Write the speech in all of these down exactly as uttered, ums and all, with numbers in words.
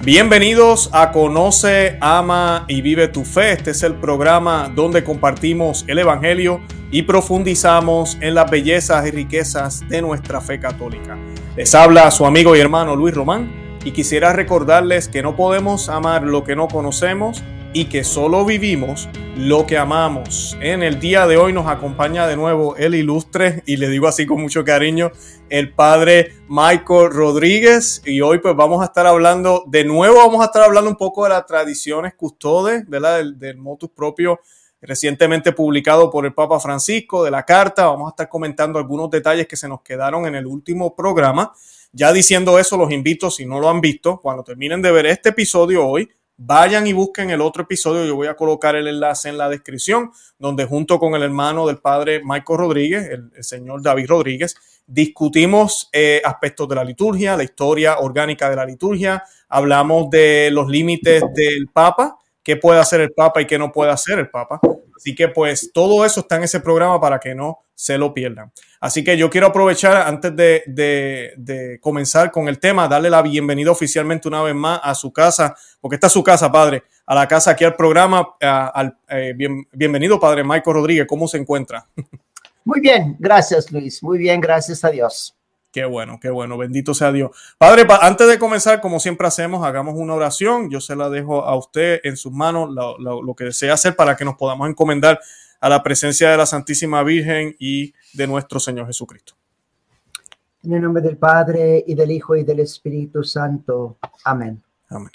Bienvenidos a Conoce, Ama y Vive tu Fe. Este es el programa donde compartimos el Evangelio y profundizamos en las bellezas y riquezas de nuestra fe católica. Les habla su amigo y hermano Luis Román y quisiera recordarles que no podemos amar lo que no conocemos y que solo vivimos lo que amamos. En el día de hoy nos acompaña de nuevo el ilustre, y le digo así con mucho cariño, el padre Michael Rodríguez. Y hoy pues vamos a estar hablando, de nuevo vamos a estar hablando un poco de las tradiciones custodes, ¿verdad? Del, del motus propio recientemente publicado por el Papa Francisco, de la carta. Vamos a estar comentando algunos detalles que se nos quedaron en el último programa. Ya diciendo eso, los invito, si no lo han visto, cuando terminen de ver este episodio hoy, vayan y busquen el otro episodio. Yo voy a colocar el enlace en la descripción, donde junto con el hermano del padre Michael Rodríguez, el, el señor David Rodríguez, discutimos eh, aspectos de la liturgia, la historia orgánica de la liturgia, hablamos de los límites del Papa, qué puede hacer el Papa y qué no puede hacer el Papa. Así que pues todo eso está en ese programa para que no se lo pierdan. Así que yo quiero aprovechar antes de, de, de comenzar con el tema, darle la bienvenida oficialmente una vez más a su casa, porque esta es su casa, padre, a la casa aquí al programa. A, al, eh, bien, bienvenido, padre Michael Rodríguez, ¿cómo se encuentra? Muy bien, gracias Luis, muy bien, gracias a Dios. Qué bueno, qué bueno, bendito sea Dios. Padre, pa, antes de comenzar, como siempre hacemos, hagamos una oración. Yo se la dejo a usted en sus manos, lo, lo, lo que desea hacer para que nos podamos encomendar a la presencia de la Santísima Virgen y de nuestro Señor Jesucristo. En el nombre del Padre, y del Hijo, y del Espíritu Santo. Amén. Amén.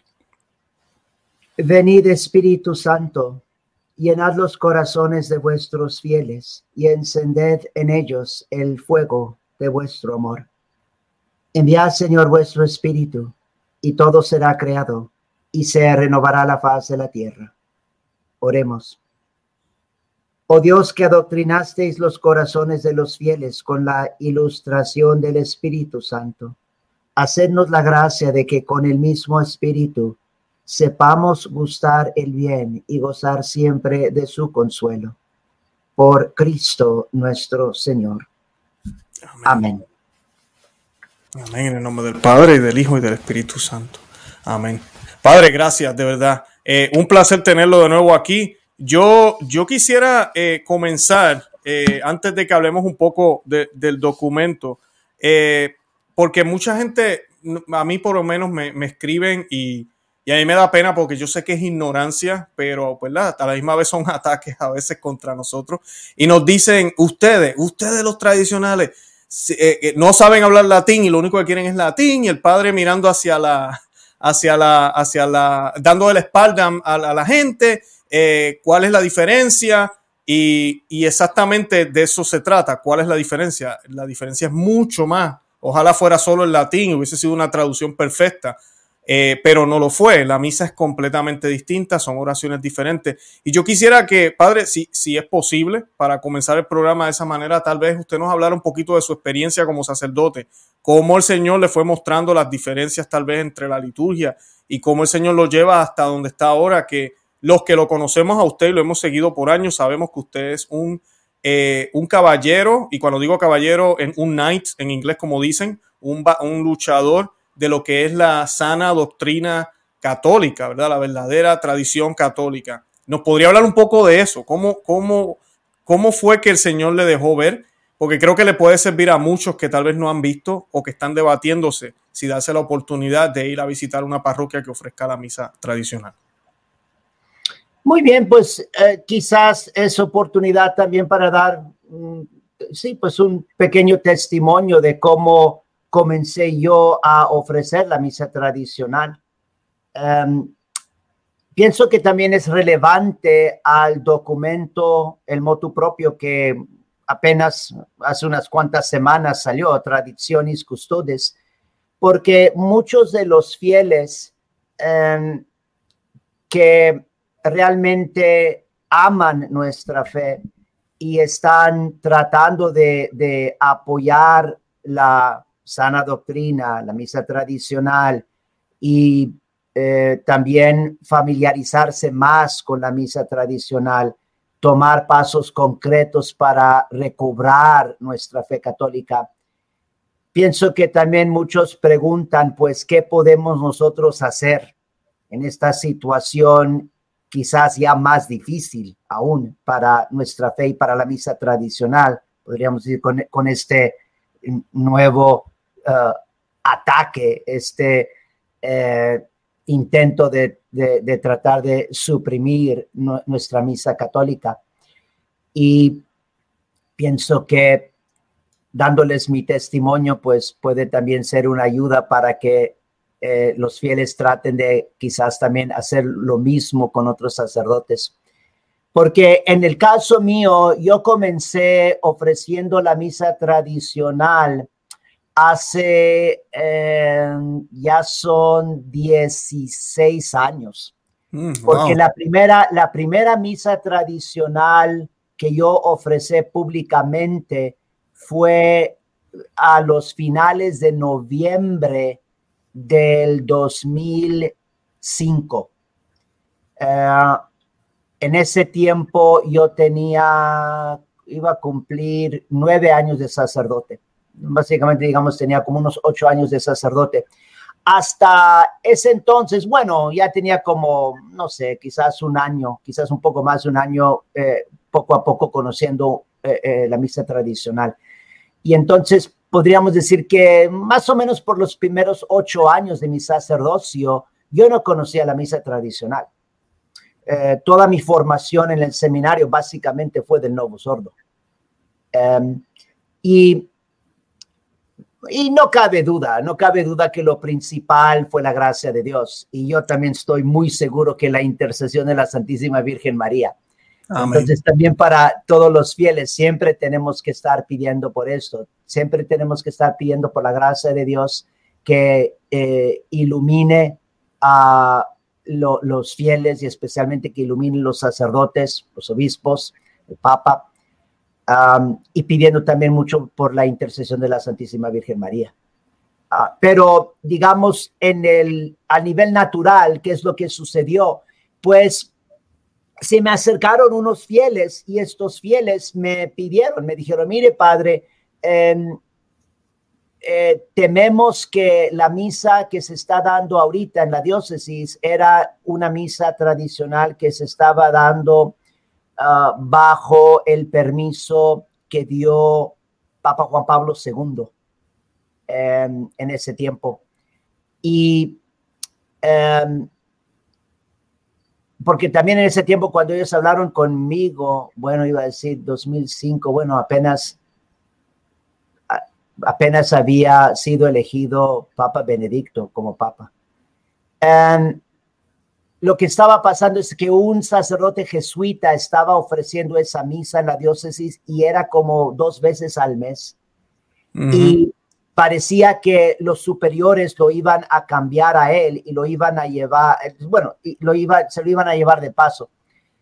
Venid, Espíritu Santo, llenad los corazones de vuestros fieles, y encended en ellos el fuego de vuestro amor. Enviad, Señor, vuestro Espíritu, y todo será creado, y se renovará la faz de la tierra. Oremos. Oh Dios, que adoctrinasteis los corazones de los fieles con la ilustración del Espíritu Santo, hacednos la gracia de que con el mismo Espíritu sepamos gustar el bien y gozar siempre de su consuelo. Por Cristo nuestro Señor. Amén. Amén. En el nombre del Padre, y del Hijo, y del Espíritu Santo. Amén. Padre, gracias, de verdad. Eh, un placer tenerlo de nuevo aquí. Yo, yo quisiera eh, comenzar, eh, antes de que hablemos un poco de, del documento, eh, porque mucha gente, a mí por lo menos me, me escriben y, y a mí me da pena porque yo sé que es ignorancia, pero pues a la misma vez son ataques a veces contra nosotros. Y nos dicen, ustedes, ustedes los tradicionales, eh, no saben hablar latín y lo único que quieren es latín, y el padre mirando hacia la, hacia la, hacia la, dándole la espalda a, a la gente. Eh, ¿Cuál es la diferencia? Y, y exactamente de eso se trata. ¿Cuál es la diferencia? La diferencia es mucho más. Ojalá fuera solo el latín, hubiese sido una traducción perfecta, eh, pero no lo fue. La misa es completamente distinta, son oraciones diferentes. Y yo quisiera que, padre, si, si es posible, para comenzar el programa de esa manera, tal vez usted nos hablara un poquito de su experiencia como sacerdote, cómo el Señor le fue mostrando las diferencias tal vez entre la liturgia y cómo el Señor lo lleva hasta donde está ahora, que los que lo conocemos a usted y lo hemos seguido por años, sabemos que usted es un, eh, un caballero, y cuando digo caballero, en un knight, en inglés como dicen, un, un luchador de lo que es la sana doctrina católica, ¿verdad? La verdadera tradición católica. ¿Nos podría hablar un poco de eso? ¿Cómo, cómo, cómo fue que el Señor le dejó ver? Porque creo que le puede servir a muchos que tal vez no han visto o que están debatiéndose si darse la oportunidad de ir a visitar una parroquia que ofrezca la misa tradicional. Muy bien, pues eh, quizás es oportunidad también para dar, mm, sí, pues un pequeño testimonio de cómo comencé yo a ofrecer la misa tradicional. Um, pienso que también es relevante al documento, el motu propio, que apenas hace unas cuantas semanas salió, Traditionis Custodes, porque muchos de los fieles um, que realmente aman nuestra fe y están tratando de, de apoyar la sana doctrina, la misa tradicional, y eh, también familiarizarse más con la misa tradicional, tomar pasos concretos para recobrar nuestra fe católica. Pienso que también muchos preguntan, pues, ¿qué podemos nosotros hacer en esta situación quizás ya más difícil aún para nuestra fe y para la misa tradicional, podríamos decir, con, con este nuevo uh, ataque, este eh, intento de, de, de tratar de suprimir no, nuestra misa católica. Y pienso que dándoles mi testimonio, pues puede también ser una ayuda para que eh, los fieles traten de quizás también hacer lo mismo con otros sacerdotes. Porque en el caso mío, yo comencé ofreciendo la misa tradicional hace, eh, ya son dieciséis años. Mm, porque wow. la, primera, la primera misa tradicional que yo ofrecí públicamente fue a los finales de noviembre del dos mil cinco. Uh, en ese tiempo yo tenía, iba a cumplir nueve años de sacerdote. Básicamente, digamos, tenía como unos ocho años de sacerdote. Hasta ese entonces, bueno, ya tenía como, no sé, quizás un año, quizás un poco más de un año, eh, poco a poco conociendo eh, eh, la misa tradicional. Y entonces podríamos decir que más o menos por los primeros ocho años de mi sacerdocio, yo no conocía la misa tradicional. Eh, toda mi formación en el seminario básicamente fue del Novus Ordo. Um, y, y no cabe duda, no cabe duda que lo principal fue la gracia de Dios. Y yo también estoy muy seguro que la intercesión de la Santísima Virgen María. Amén. Entonces también para todos los fieles siempre tenemos que estar pidiendo por esto, siempre tenemos que estar pidiendo por la gracia de Dios que eh, ilumine a lo, los fieles y especialmente que ilumine los sacerdotes, los obispos, el Papa, um, y pidiendo también mucho por la intercesión de la Santísima Virgen María. Uh, pero digamos en el, a nivel natural, ¿qué es lo que sucedió? Pues se me acercaron unos fieles y estos fieles me pidieron, me dijeron, mire padre, eh, eh, tememos que la misa que se está dando ahorita en la diócesis era una misa tradicional que se estaba dando uh, bajo el permiso que dio Papa Juan Pablo segundo eh, en ese tiempo. Y eh, porque también en ese tiempo cuando ellos hablaron conmigo, bueno, iba a decir dos mil cinco, bueno, apenas, apenas había sido elegido Papa Benedicto como Papa. Um, lo que estaba pasando es que un sacerdote jesuita estaba ofreciendo esa misa en la diócesis y era como dos veces al mes. Uh-huh. Y parecía que los superiores lo iban a cambiar a él y lo iban a llevar, bueno, lo iba, se lo iban a llevar de paso.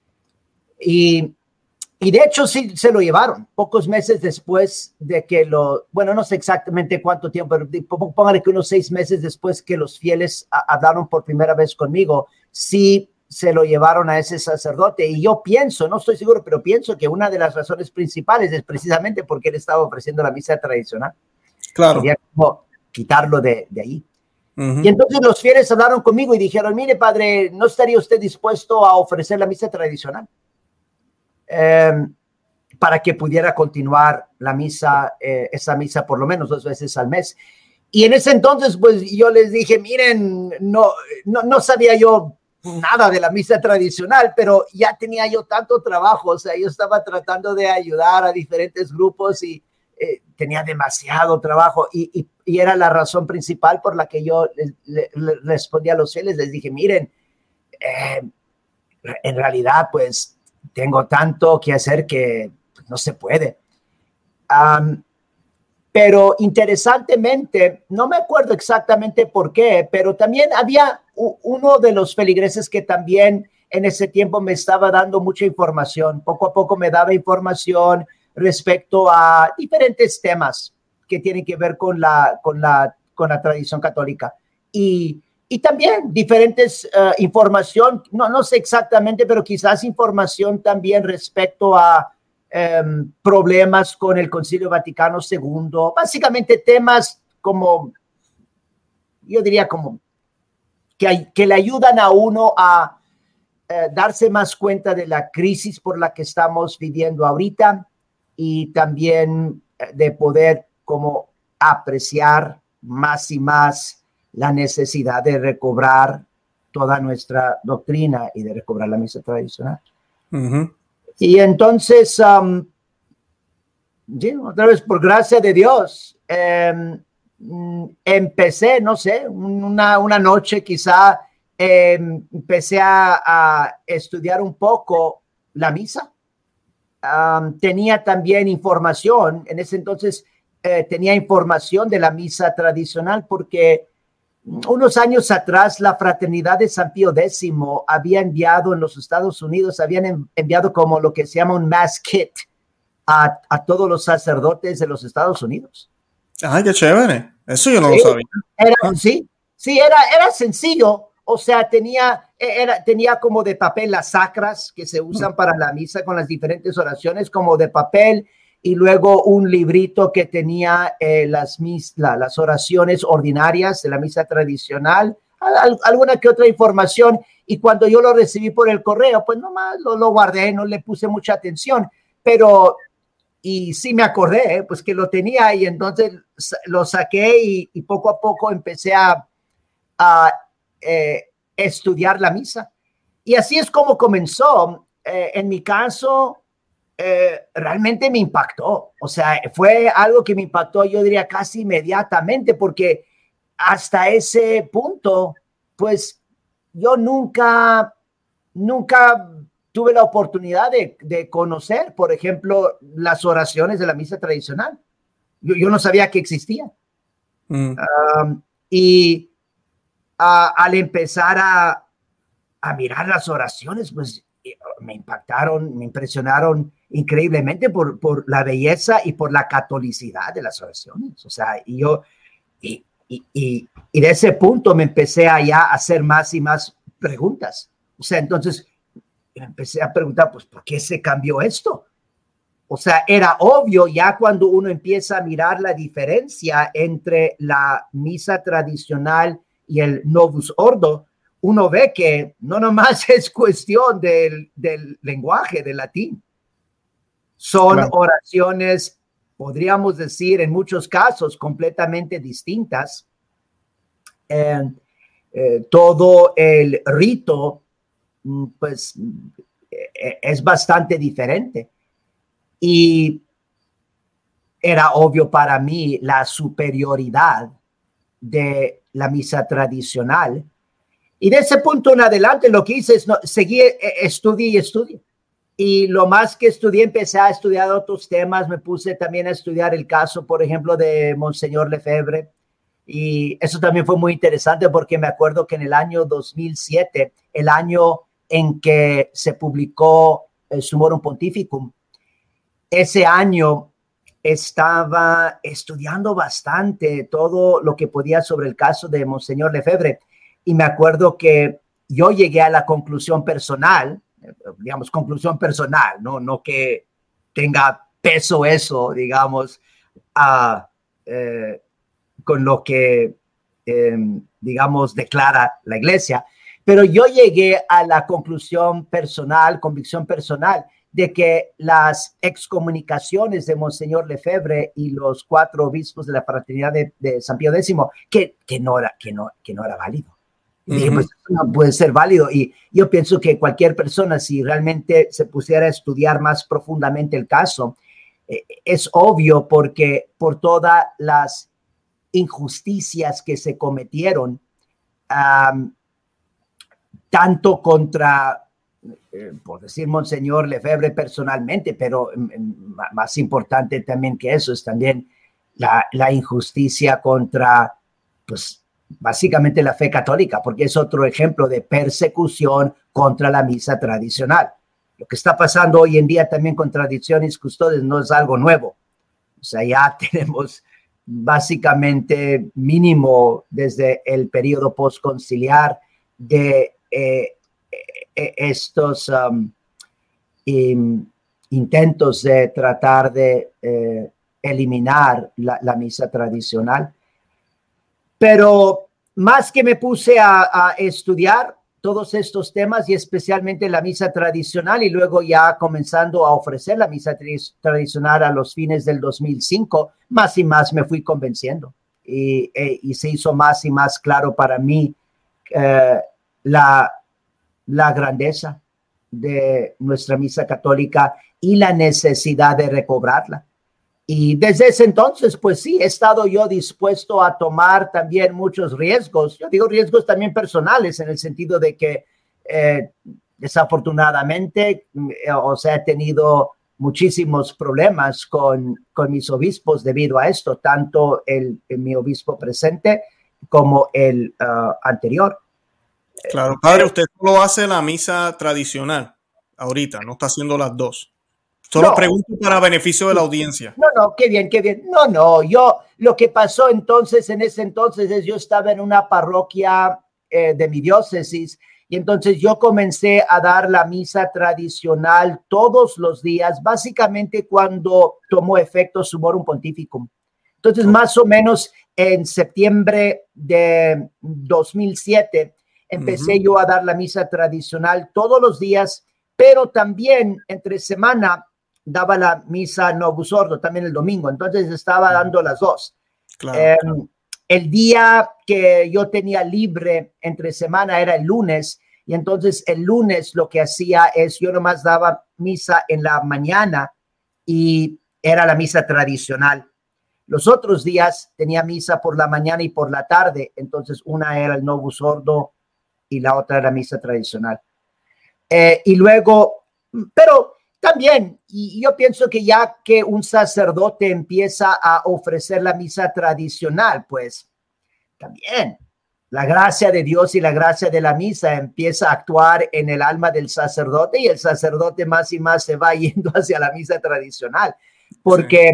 Y, y de hecho sí se lo llevaron, pocos meses después de que lo, bueno, no sé exactamente cuánto tiempo, pero póngale que unos seis meses después que los fieles hablaron por primera vez conmigo, sí se lo llevaron a ese sacerdote. Y yo pienso, no estoy seguro, pero pienso que una de las razones principales es precisamente porque él estaba ofreciendo la misa tradicional. Claro. Quería como quitarlo de, de ahí. Uh-huh. Y entonces los fieles hablaron conmigo y dijeron, mire padre, ¿no estaría usted dispuesto a ofrecer la misa tradicional? Eh, para que pudiera continuar la misa, eh, esa misa por lo menos dos veces al mes. Y en ese entonces, pues yo les dije, miren, no, no, no sabía yo nada de la misa tradicional, pero ya tenía yo tanto trabajo, o sea, yo estaba tratando de ayudar a diferentes grupos y Eh, tenía demasiado trabajo y, y, y era la razón principal por la que yo le, le, le respondí a los fieles. Les dije, miren, eh, en realidad pues tengo tanto que hacer que pues, no se puede. Um, pero interesantemente, no me acuerdo exactamente por qué, pero también había u, uno de los feligreses que también en ese tiempo me estaba dando mucha información. Poco a poco me daba información respecto a diferentes temas que tienen que ver con la, con la, con la tradición católica. Y, y también diferentes uh, información, no, no sé exactamente, pero quizás información también respecto a um, problemas con el Concilio Vaticano segundo. Básicamente temas como, yo diría como que, que le ayudan a uno a eh, darse más cuenta de la crisis por la que estamos viviendo ahorita y también eh, de poder como apreciar más y más la necesidad de recobrar toda nuestra doctrina y de recobrar la misa tradicional. Uh-huh. Y entonces, um, sí, otra vez, por gracia de Dios, eh, empecé, no sé, una, una noche quizá, eh, empecé a, a estudiar un poco la misa. Um, tenía también información, en ese entonces eh, tenía información de la misa tradicional porque unos años atrás, la Fraternidad de San Pío X había enviado en los Estados Unidos, habían enviado como lo que se llama un mass kit a, a todos los sacerdotes de los Estados Unidos. ¡Ay, qué chévere! Eso yo no sí, lo sabía. Era, ah. Sí, sí era, era sencillo. O sea, tenía, era, tenía como de papel las sacras que se usan para la misa con las diferentes oraciones, como de papel, y luego un librito que tenía eh, las, mis, la, las oraciones ordinarias de la misa tradicional, al, alguna que otra información, y cuando yo lo recibí por el correo, pues nomás lo, lo guardé, no le puse mucha atención, pero, y sí me acordé, eh, pues que lo tenía, y entonces lo saqué, y, y poco a poco empecé a, a eh, estudiar la misa, y así es como comenzó. Eh, en mi caso, Eh, realmente me impactó, o sea, fue algo que me impactó, yo diría casi inmediatamente, porque hasta ese punto, pues yo nunca, nunca tuve la oportunidad de, de conocer, por ejemplo, las oraciones de la misa tradicional. Yo, yo no sabía que existían. Mm. Um, y uh, al empezar a, a mirar las oraciones, pues me impactaron, me impresionaron increíblemente por, por la belleza y por la catolicidad de las oraciones. O sea, y yo, y, y, y, y de ese punto me empecé a ya hacer más y más preguntas. O sea, entonces empecé a preguntar, pues, ¿por qué se cambió esto? O sea, era obvio ya cuando uno empieza a mirar la diferencia entre la misa tradicional y el Novus Ordo, uno ve que no nomás es cuestión del, del lenguaje, del latín. Son claro. oraciones, podríamos decir, en muchos casos completamente distintas. Eh, eh, todo el rito, pues, eh, es bastante diferente. Y era obvio para mí la superioridad de la misa tradicional. Y de ese punto en adelante lo que hice es no, seguir, estudié y estudié. Y lo más que estudié, empecé a estudiar otros temas. Me puse también a estudiar el caso, por ejemplo, de Monseñor Lefebvre. Y eso también fue muy interesante porque me acuerdo que en el año dos mil siete, el año en que se publicó el Summorum Pontificum, ese año estaba estudiando bastante todo lo que podía sobre el caso de Monseñor Lefebvre. Y me acuerdo que yo llegué a la conclusión personal, digamos, conclusión personal, no, no que tenga peso eso, digamos, uh, eh, con lo que, eh, digamos, declara la iglesia. Pero yo llegué a la conclusión personal, convicción personal, de que las excomunicaciones de Monseñor Lefebvre y los cuatro obispos de la Fraternidad de, de San Pío X, que, que, no era, que, no, que no era válido. Y dije, pues no puede ser válido. Y yo pienso que cualquier persona, si realmente se pusiera a estudiar más profundamente el caso, eh, es obvio porque por todas las injusticias que se cometieron, um, tanto contra, eh, por decir Monseñor Lefebvre personalmente, pero eh, más importante también que eso es también la, la injusticia contra, pues, básicamente la fe católica, porque es otro ejemplo de persecución contra la misa tradicional. Lo que está pasando hoy en día también con Traditionis Custodes no es algo nuevo. O sea, ya tenemos básicamente mínimo desde el periodo postconciliar de eh, eh, estos um, in, intentos de tratar de eh, eliminar la, la misa tradicional. Pero más que me puse a, a estudiar todos estos temas y especialmente la misa tradicional y luego ya comenzando a ofrecer la misa tra- tradicional a los fines del dos mil cinco, más y más me fui convenciendo y, e, y se hizo más y más claro para mí eh, la, la grandeza de nuestra misa católica y la necesidad de recobrarla. Y desde ese entonces, pues sí, he estado yo dispuesto a tomar también muchos riesgos. Yo digo riesgos también personales en el sentido de que eh, desafortunadamente, eh, o sea, he tenido muchísimos problemas con, con mis obispos debido a esto, tanto el, el mi obispo presente como el uh, anterior. Claro, padre, usted solo hace la misa tradicional ahorita, no está haciendo las dos. Solo No, pregunto para beneficio de la audiencia. No, no, qué bien, qué bien. No, no, yo lo que pasó entonces, en ese entonces, es yo estaba en una parroquia eh, de mi diócesis y entonces yo comencé a dar la misa tradicional todos los días, básicamente cuando tomó efecto Sumorum Pontificum. Entonces, oh. más o menos en septiembre de dos mil siete, empecé uh-huh. yo a dar la misa tradicional todos los días, pero también entre semana daba la misa Novus Ordo también el domingo, entonces estaba dando las dos. Claro, eh, claro. El día que yo tenía libre entre semana era el lunes, y entonces el lunes lo que hacía es yo nomás daba misa en la mañana y era la misa tradicional. Los otros días tenía misa por la mañana y por la tarde, entonces una era el Novus Ordo y la otra era misa tradicional. Eh, y luego, pero también, y yo pienso que ya que un sacerdote empieza a ofrecer la misa tradicional, pues también la gracia de Dios y la gracia de la misa empieza a actuar en el alma del sacerdote y el sacerdote más y más se va yendo hacia la misa tradicional. Porque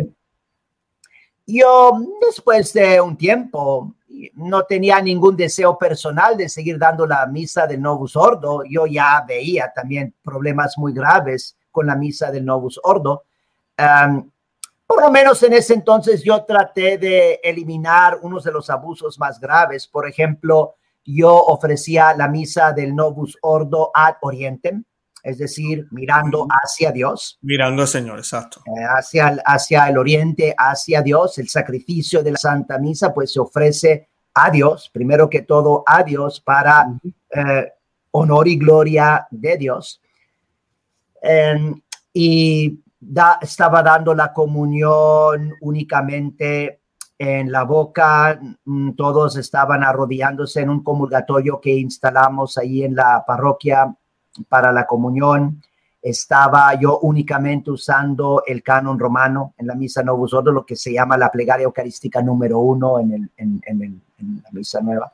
sí. yo después de un tiempo no tenía ningún deseo personal de seguir dando la misa del Novus Ordo. Yo ya veía también problemas muy graves con la misa del Novus Ordo. Um, por lo menos en ese entonces yo traté de eliminar unos de los abusos más graves. Por ejemplo, yo ofrecía la misa del Novus Ordo ad orientem, es decir, mirando hacia Dios. Mirando al Señor, exacto. Eh, hacia, hacia el oriente, hacia Dios. El sacrificio de la Santa Misa pues se ofrece a Dios, primero que todo a Dios para uh-huh. eh, honor y gloria de Dios. Eh, y da, estaba dando la comunión únicamente en la boca. Todos estaban arrodillándose en un comulgatorio que instalamos ahí en la parroquia para la comunión. Estaba yo únicamente usando el canon romano en la misa Novus Ordo, lo que se llama la plegaria eucarística número uno en, el, en, en, el, en la misa nueva.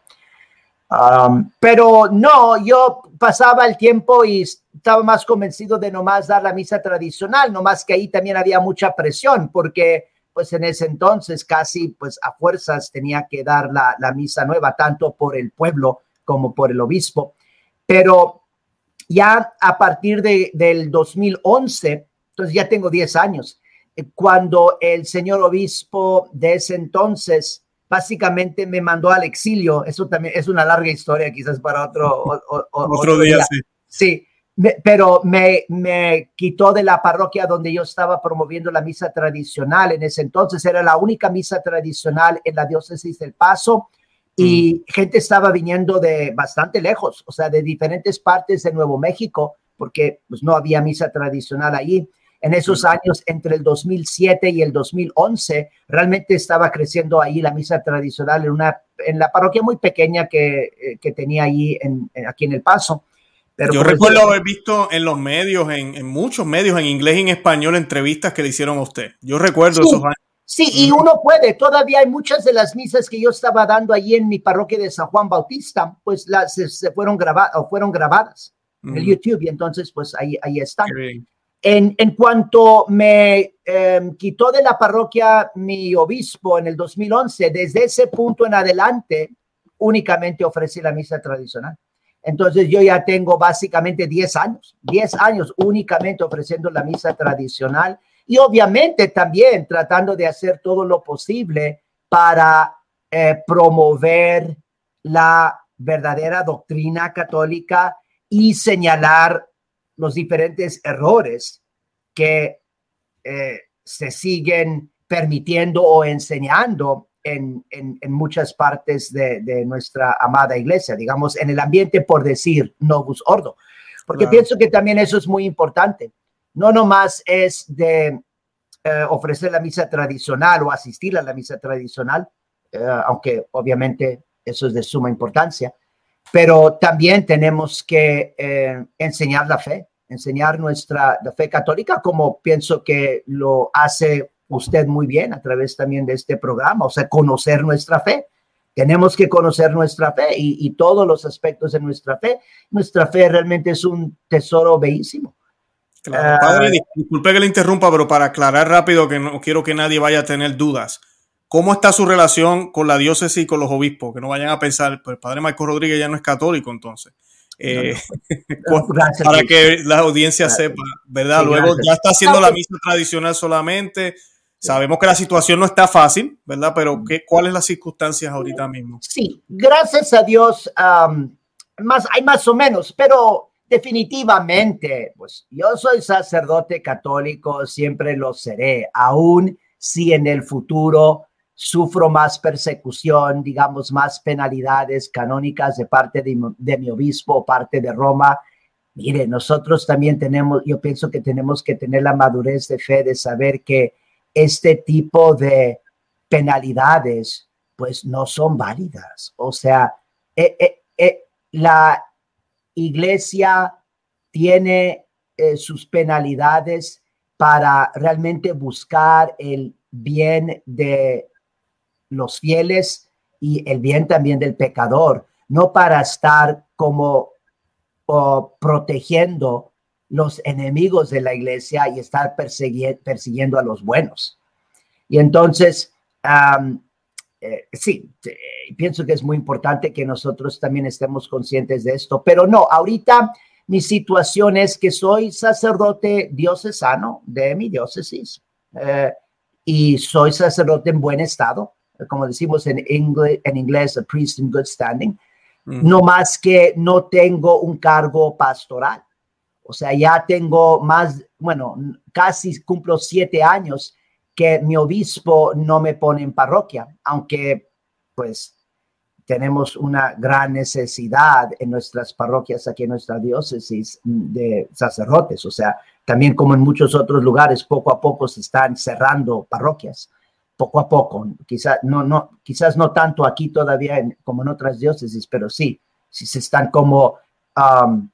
Um, pero no, yo pasaba el tiempo y estaba más convencido de nomás dar la misa tradicional, nomás que ahí también había mucha presión, porque pues en ese entonces casi pues a fuerzas tenía que dar la, la misa nueva, tanto por el pueblo como por el obispo. Pero ya a partir de, del dos mil once, entonces ya tengo diez años, cuando el señor obispo de ese entonces básicamente me mandó al exilio. Eso también es una larga historia, quizás para otro, o, o, otro, otro día, día. Sí, sí me, pero me, me quitó de la parroquia donde yo estaba promoviendo la misa tradicional. En ese entonces era la única misa tradicional en la diócesis del Paso. Y mm. gente estaba viniendo de bastante lejos, o sea, de diferentes partes de Nuevo México, porque pues, no había misa tradicional allí. En esos mm. años, entre el dos mil siete y el dos mil once, realmente estaba creciendo ahí la misa tradicional en, una, en la parroquia muy pequeña que, que tenía allí en, en, aquí en El Paso. Pero yo recuerdo haber visto en los medios, en, en muchos medios, en inglés y en español, entrevistas que le hicieron a usted. Yo recuerdo sí. esos años. Sí, y uno puede, todavía hay muchas de las misas que yo estaba dando allí en mi parroquia de San Juan Bautista, pues las se, se fueron grabadas o fueron grabadas mm. en el YouTube, y entonces pues ahí, ahí están. En, en cuanto me eh, quitó de la parroquia mi obispo en el dos mil once, desde ese punto en adelante únicamente ofrecí la misa tradicional. Entonces yo ya tengo básicamente diez años, diez años únicamente ofreciendo la misa tradicional. Y obviamente también tratando de hacer todo lo posible para eh, promover la verdadera doctrina católica y señalar los diferentes errores que eh, se siguen permitiendo o enseñando en, en, en muchas partes de, de nuestra amada iglesia, digamos, en el ambiente, por decir, Novus Ordo. Porque claro, pienso que también eso es muy importante. No nomás es de eh, ofrecer la misa tradicional o asistir a la misa tradicional, eh, aunque obviamente eso es de suma importancia, pero también tenemos que eh, enseñar la fe, enseñar nuestra la fe católica, como pienso que lo hace usted muy bien a través también de este programa, o sea, conocer nuestra fe. Tenemos que conocer nuestra fe y, y todos los aspectos de nuestra fe. Nuestra fe realmente es un tesoro bellísimo. Claro. Uh, Padre, disculpe que le interrumpa, pero para aclarar rápido, que no quiero que nadie vaya a tener dudas. ¿Cómo está su relación con la diócesis y con los obispos? Que no vayan a pensar, pues el Padre Marco Rodríguez ya no es católico, entonces. Eh, no, no. Gracias, para que la audiencia gracias. sepa, ¿verdad? Sí, Luego gracias. ya está haciendo la misa tradicional solamente. Sabemos que la situación no está fácil, ¿verdad? Pero ¿qué, ¿cuáles las circunstancias ahorita mismo? Sí, gracias a Dios, um, más, hay más o menos, pero definitivamente, pues yo soy sacerdote católico, siempre lo seré, aún si en el futuro sufro más persecución, digamos, más penalidades canónicas de parte de, de mi obispo, parte de Roma. Mire, nosotros también tenemos, yo pienso que tenemos que tener la madurez de fe de saber que este tipo de penalidades, pues no son válidas. O sea, eh, eh, eh, la iglesia tiene eh, sus penalidades para realmente buscar el bien de los fieles y el bien también del pecador, no para estar como oh, protegiendo los enemigos de la iglesia y estar persegui- persiguiendo a los buenos. Y entonces, um, eh, sí, eh, pienso que es muy importante que nosotros también estemos conscientes de esto, pero no, ahorita mi situación es que soy sacerdote diocesano de mi diócesis eh, y soy sacerdote en buen estado, como decimos en, ingle- en inglés, a priest in good standing, mm. no más que no tengo un cargo pastoral. O sea, ya tengo más, bueno, casi cumplo siete años que mi obispo no me pone en parroquia, aunque pues tenemos una gran necesidad en nuestras parroquias, aquí en nuestra diócesis, de sacerdotes. O sea, también como en muchos otros lugares, poco a poco se están cerrando parroquias, poco a poco. Quizás no, no, quizás no tanto aquí todavía en, como en otras diócesis, pero sí, sí se están como um,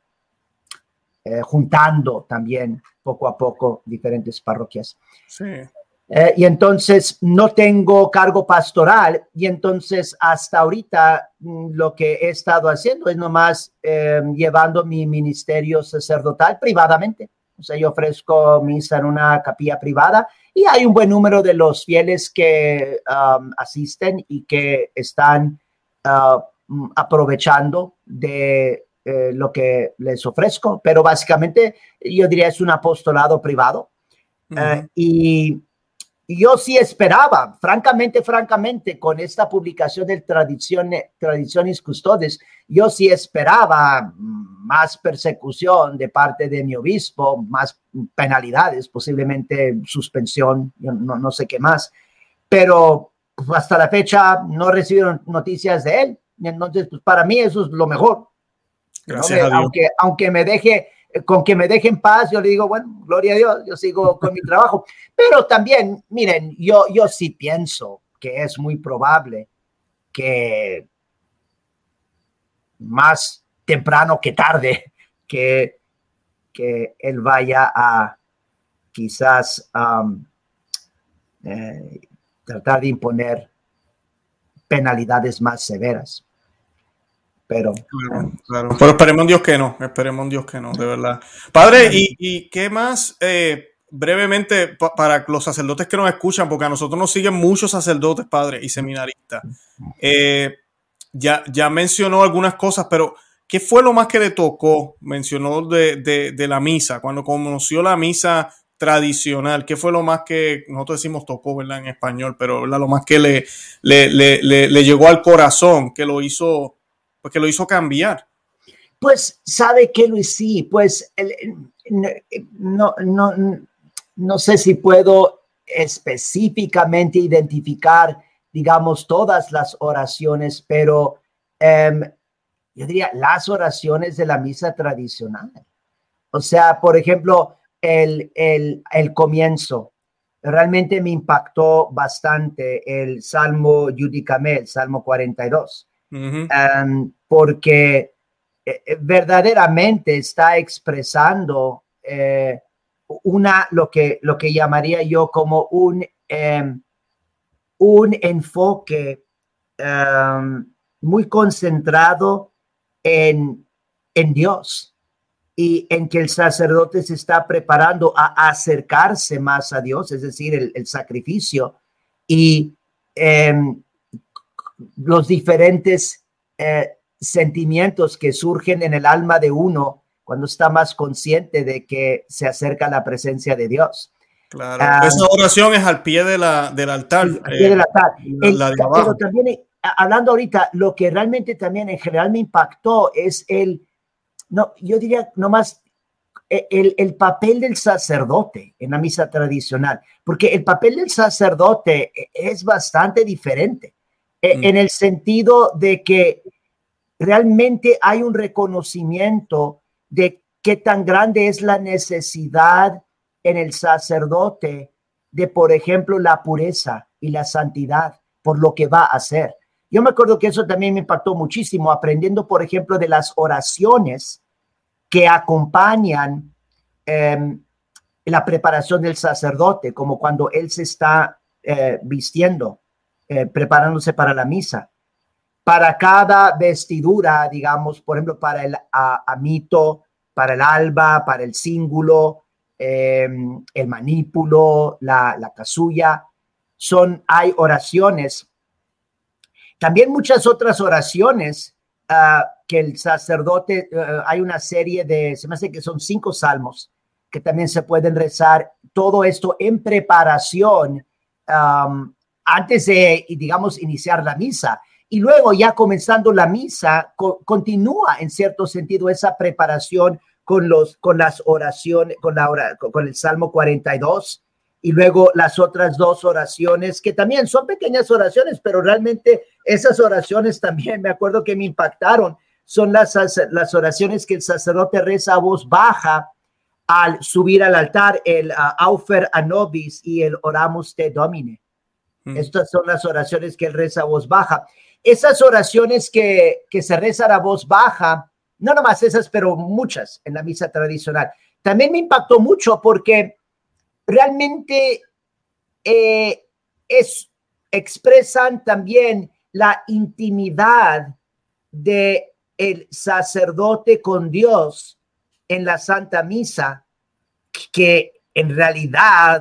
eh, juntando también poco a poco diferentes parroquias. Sí. Eh, y entonces no tengo cargo pastoral y entonces hasta ahorita mm, lo que he estado haciendo es nomás eh, llevando mi ministerio sacerdotal privadamente. O sea, yo ofrezco misa en una capilla privada y hay un buen número de los fieles que um, asisten y que están uh, aprovechando de eh, lo que les ofrezco, pero básicamente yo diría es un apostolado privado. Uh-huh. uh, y Yo sí esperaba, francamente, francamente, con esta publicación del Tradizione, Traditionis Custodes, yo sí esperaba más persecución de parte de mi obispo, más penalidades, posiblemente suspensión, yo no, no sé qué más, pero pues, hasta la fecha no recibieron noticias de él, entonces pues, para mí eso es lo mejor. Gracias ¿no? a Dios. Aunque, aunque me deje... Con que me dejen paz, yo le digo, bueno, gloria a Dios, yo sigo con mi trabajo. Pero también, miren, yo, yo sí pienso que es muy probable que más temprano que tarde que, que él vaya a quizás um, eh, tratar de imponer penalidades más severas. Pero, claro, claro. Pero esperemos en Dios que no, esperemos en Dios que no, de verdad. Padre, ¿y, y qué más? Eh, brevemente, pa para los sacerdotes que nos escuchan, porque a nosotros nos siguen muchos sacerdotes, padre, y seminaristas. Eh, ya, ya mencionó algunas cosas, pero ¿qué fue lo más que le tocó? Mencionó de, de, de la misa, cuando conoció la misa tradicional, ¿qué fue lo más que nosotros decimos tocó, ¿verdad? En español, pero ¿verdad? Lo más que le, le, le, le, le llegó al corazón, que lo hizo porque lo hizo cambiar. Pues, ¿sabe qué, Luis? Sí, pues, el, no, no, no sé si puedo específicamente identificar, digamos, todas las oraciones, pero um, yo diría las oraciones de la misa tradicional. O sea, por ejemplo, el, el, el comienzo. Realmente me impactó bastante el Salmo Yudicamé, el Salmo cuarenta y dos, uh-huh. um, porque eh, verdaderamente está expresando eh, una, lo que, lo que llamaría yo como un, um, un enfoque um, muy concentrado en, en Dios y en que el sacerdote se está preparando a acercarse más a Dios, es decir, el, el sacrificio y eh, los diferentes eh, sentimientos que surgen en el alma de uno cuando está más consciente de que se acerca a la presencia de Dios. Claro, um, esa oración es al pie de la, del altar. Al pie eh, del altar. La, el, la de pero también, hablando ahorita, lo que realmente también en general me impactó es el, no, yo diría nomás el, el papel del sacerdote en la misa tradicional, porque el papel del sacerdote es bastante diferente, mm. en el sentido de que realmente hay un reconocimiento de qué tan grande es la necesidad en el sacerdote de, por ejemplo, la pureza y la santidad por lo que va a hacer. Yo me acuerdo que eso también me impactó muchísimo, aprendiendo, por ejemplo, de las oraciones que acompañan eh, la preparación del sacerdote, como cuando él se está eh, vistiendo, eh, preparándose para la misa. Para cada vestidura, digamos, por ejemplo, para el a, amito, para el alba, para el cíngulo, eh, el manípulo, la, la casulla, son, hay oraciones. También muchas otras oraciones uh, que el sacerdote, uh, hay una serie de, se me hace que son cinco salmos que también se pueden rezar, todo esto en preparación um, antes de, digamos, iniciar la misa. Y luego ya comenzando la misa, co- continúa en cierto sentido esa preparación con, los, con las oraciones, con, la hora, con, con el Salmo cuarenta y dos, y luego las otras dos oraciones, que también son pequeñas oraciones, pero realmente esas oraciones también, me acuerdo que me impactaron, son las, las oraciones que el sacerdote reza a voz baja al subir al altar, el uh, Aufer a Nobis y el Oramus te Domine. Mm. Estas son las oraciones que él reza a voz baja. Esas oraciones que, que se rezan a voz baja, no nomás esas, pero muchas en la misa tradicional, también me impactó mucho porque realmente eh, es, expresan también la intimidad de el sacerdote con Dios en la Santa Misa, que en realidad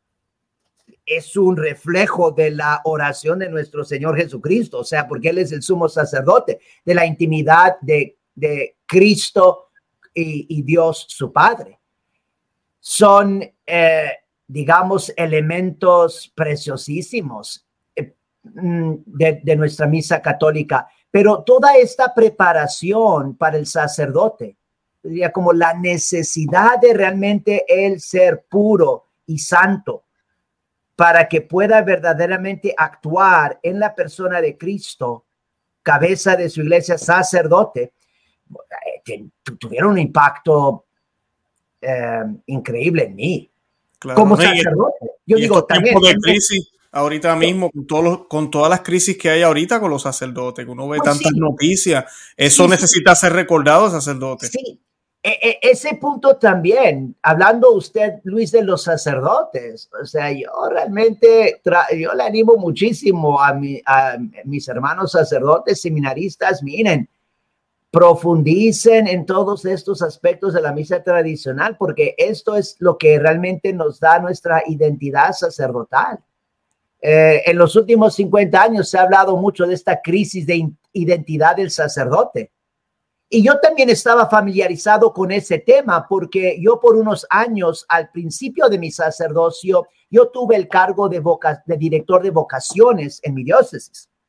es un reflejo de la oración de nuestro Señor Jesucristo, o sea, porque Él es el sumo sacerdote, de la intimidad de, de Cristo y, y Dios su Padre. Son, eh, digamos, elementos preciosísimos eh, de, de nuestra misa católica, pero toda esta preparación para el sacerdote, diría como la necesidad de realmente él ser puro y santo para que pueda verdaderamente actuar en la persona de Cristo, cabeza de su iglesia, sacerdote, eh, tuvieron un impacto eh, increíble en mí. Claro, como sacerdote. Yo digo, también de crisis ahorita mismo, con, todos los, con todas las crisis que hay ahorita con los sacerdotes, que uno ve pues tantas sí. noticias, eso sí, necesita sí. ser recordado, sacerdote. Sí, e -e ese punto también, hablando usted, Luis, de los sacerdotes, o sea, yo realmente, yo le animo muchísimo a, mi, a mis hermanos sacerdotes, seminaristas, miren, profundicen en todos estos aspectos de la misa tradicional, porque esto es lo que realmente nos da nuestra identidad sacerdotal. Eh, en los últimos cincuenta años se ha hablado mucho de esta crisis de identidad del sacerdote. Y yo también estaba familiarizado con ese tema porque yo por unos años, al principio de mi sacerdocio, yo tuve el cargo de, voca de director de vocaciones en mi diócesis.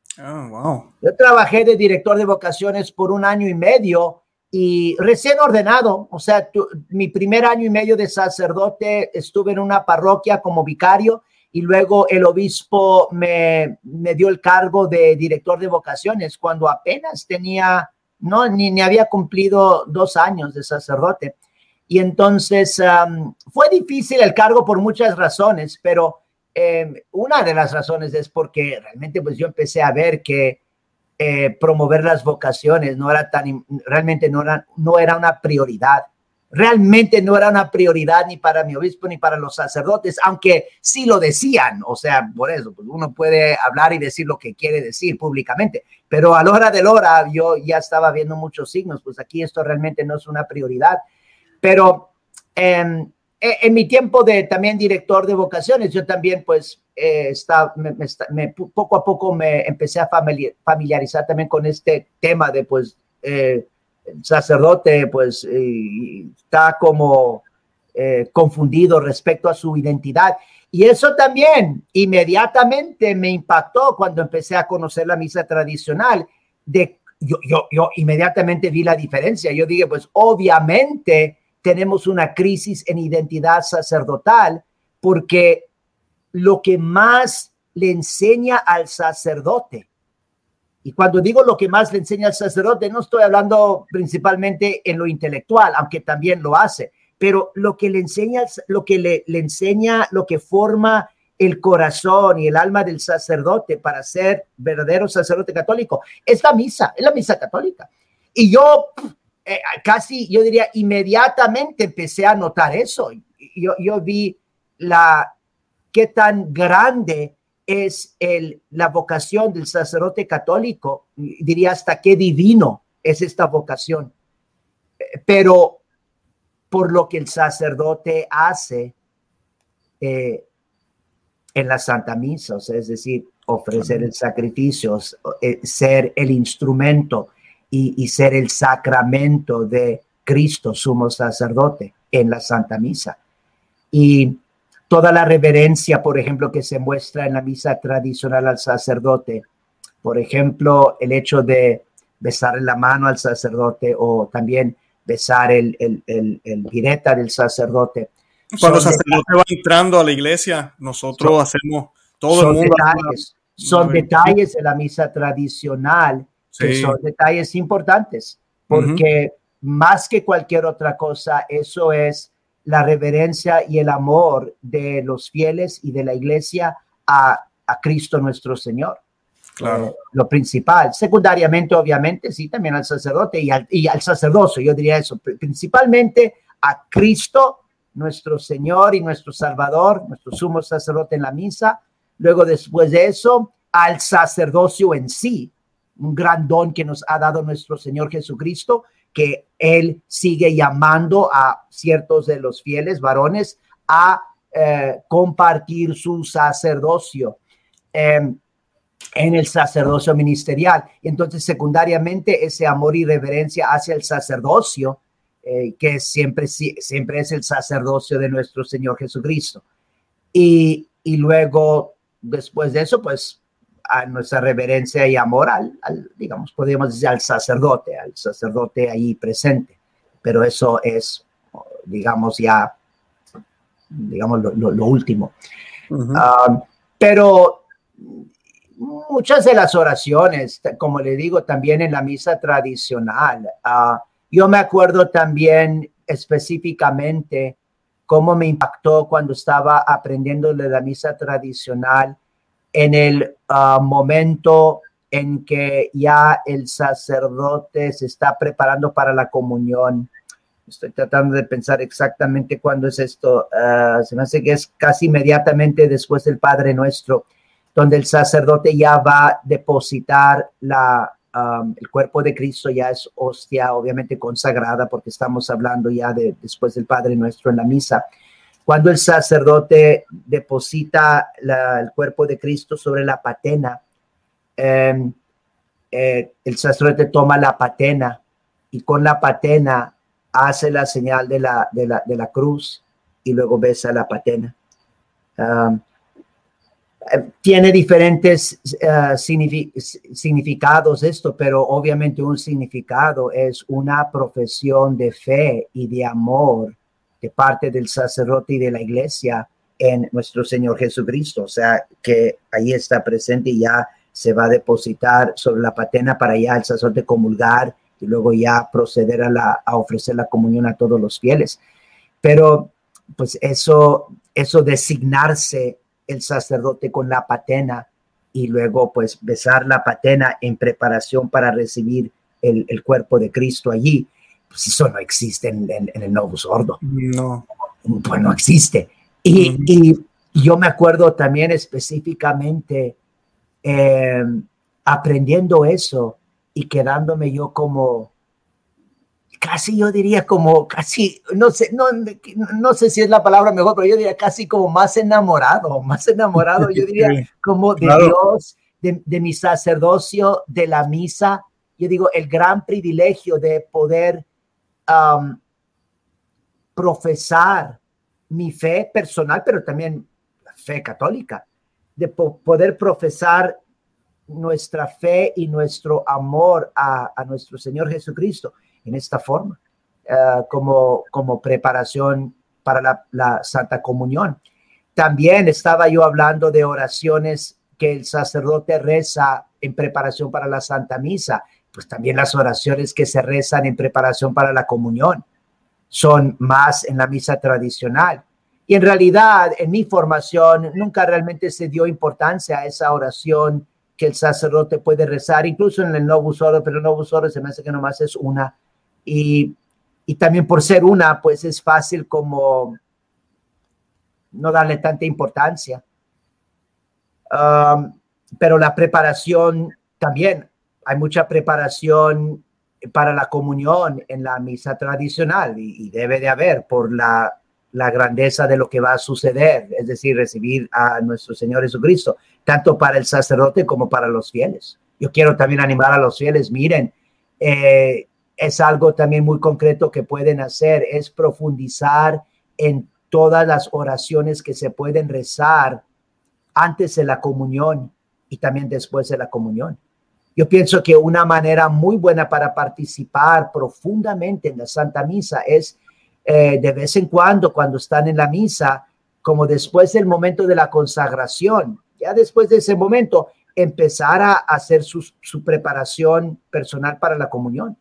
Oh, wow. Yo trabajé de director de vocaciones por un año y medio y recién ordenado, o sea, tu, mi primer año y medio de sacerdote estuve en una parroquia como vicario y luego el obispo me, me dio el cargo de director de vocaciones cuando apenas tenía, no, ni, ni había cumplido dos años de sacerdote. Y entonces um, fue difícil el cargo por muchas razones, pero eh, una de las razones es porque realmente pues yo empecé a ver que Eh, promover las vocaciones no era tan, realmente no era, no era una prioridad. Realmente no era una prioridad ni para mi obispo ni para los sacerdotes, aunque sí lo decían. O sea, por eso, pues uno puede hablar y decir lo que quiere decir públicamente, pero a la hora de la hora yo ya estaba viendo muchos signos, pues aquí esto realmente no es una prioridad. Pero eh, en mi tiempo de también director de vocaciones, yo también pues eh, está, me, me, me, poco a poco me empecé a familiar, familiarizar también con este tema de pues eh, el sacerdote pues eh, está como eh, confundido respecto a su identidad. Y eso también inmediatamente me impactó cuando empecé a conocer la misa tradicional. De, yo, yo, yo inmediatamente vi la diferencia. Yo dije, pues obviamente tenemos una crisis en identidad sacerdotal porque lo que más le enseña al sacerdote, y cuando digo lo que más le enseña al sacerdote, no estoy hablando principalmente en lo intelectual, aunque también lo hace, pero lo que le enseña, lo que le, le enseña, lo que forma el corazón y el alma del sacerdote para ser verdadero sacerdote católico, es la misa, es la misa católica. Y yo eh, casi, yo diría, inmediatamente empecé a notar eso. Yo, yo vi la, qué tan grande es el, la vocación del sacerdote católico, diría hasta qué divino es esta vocación. Pero por lo que el sacerdote hace eh, en la Santa Misa, o sea, es decir, ofrecer el sacrificio, eh, ser el instrumento y, y ser el sacramento de Cristo, sumo sacerdote, en la Santa Misa. Y toda la reverencia, por ejemplo, que se muestra en la misa tradicional al sacerdote, por ejemplo, el hecho de besar la mano al sacerdote o también besar el, el, el, el bireta del sacerdote. Cuando el sacerdote va entrando a la iglesia, nosotros son, hacemos, todo el mundo detalles, una, son una detalles de la misa tradicional, sí, que son detalles importantes, porque uh-huh. más que cualquier otra cosa, eso es la reverencia y el amor de los fieles y de la iglesia a, a Cristo nuestro Señor. Claro. Eh, lo principal. Secundariamente, obviamente, sí, también al sacerdote y al, y al sacerdocio, yo diría eso, principalmente a Cristo, nuestro Señor y nuestro Salvador, nuestro sumo sacerdote en la misa. Luego, después de eso, al sacerdocio en sí, un gran don que nos ha dado nuestro Señor Jesucristo, que Él sigue llamando a ciertos de los fieles varones a eh, compartir su sacerdocio eh, en el sacerdocio ministerial. Entonces, secundariamente, ese amor y reverencia hacia el sacerdocio, eh, que siempre, siempre es el sacerdocio de nuestro Señor Jesucristo. Y, y luego, después de eso, pues, a nuestra reverencia y amor al, al, digamos, podríamos decir al sacerdote, al sacerdote ahí presente. Pero eso es, digamos, ya, digamos, lo, lo, lo último. Uh-huh. Uh, pero muchas de las oraciones, como le digo, también en la misa tradicional, uh, yo me acuerdo también específicamente cómo me impactó cuando estaba aprendiendo de la misa tradicional en el uh, momento en que ya el sacerdote se está preparando para la comunión. Estoy tratando de pensar exactamente cuándo es esto. Uh, se me hace que es casi inmediatamente después del Padre Nuestro, donde el sacerdote ya va a depositar la, um, el cuerpo de Cristo, ya es hostia, obviamente consagrada, porque estamos hablando ya de después del Padre Nuestro en la misa. Cuando el sacerdote deposita la, el cuerpo de Cristo sobre la patena, eh, eh, el sacerdote toma la patena y con la patena hace la señal de la, de la, de la cruz y luego besa la patena. Um, tiene diferentes uh, signific significados esto, pero obviamente un significado es una profesión de fe y de amor de parte del sacerdote y de la iglesia en nuestro Señor Jesucristo. O sea, que ahí está presente y ya se va a depositar sobre la patena para ya el sacerdote comulgar y luego ya proceder a, la, a ofrecer la comunión a todos los fieles. Pero pues eso, eso designarse el sacerdote con la patena y luego pues besar la patena en preparación para recibir el, el cuerpo de Cristo allí, pues eso no existe en, en, en el Novus Ordo. No. Pues no existe. Y, uh-huh. y yo me acuerdo también específicamente eh, aprendiendo eso y quedándome yo como, casi yo diría como, casi, no sé, no, no sé si es la palabra mejor, pero yo diría casi como más enamorado, más enamorado, yo diría como de claro. Dios, de, de mi sacerdocio, de la misa. Yo digo, el gran privilegio de poder um, profesar mi fe personal, pero también la fe católica, de po poder profesar nuestra fe y nuestro amor a, a nuestro Señor Jesucristo en esta forma, uh, como, como preparación para la, la Santa Comunión. También estaba yo hablando de oraciones que el sacerdote reza en preparación para la Santa Misa, pues también las oraciones que se rezan en preparación para la comunión son más en la misa tradicional. Y en realidad, en mi formación, nunca realmente se dio importancia a esa oración que el sacerdote puede rezar, incluso en el Novus Ordo, pero el Novus Ordo se me hace que nomás es una. Y, y también por ser una, pues es fácil como no darle tanta importancia. Um, pero la preparación también, hay mucha preparación para la comunión en la misa tradicional y, y debe de haber por la, la grandeza de lo que va a suceder, es decir, recibir a nuestro Señor Jesucristo, tanto para el sacerdote como para los fieles. Yo quiero también animar a los fieles, miren, eh, es algo también muy concreto que pueden hacer, es profundizar en todas las oraciones que se pueden rezar antes de la comunión y también después de la comunión. Yo pienso que una manera muy buena para participar profundamente en la Santa Misa es eh, de vez en cuando, cuando están en la misa, como después del momento de la consagración, ya después de ese momento, empezar a hacer su, su preparación personal para la comunión.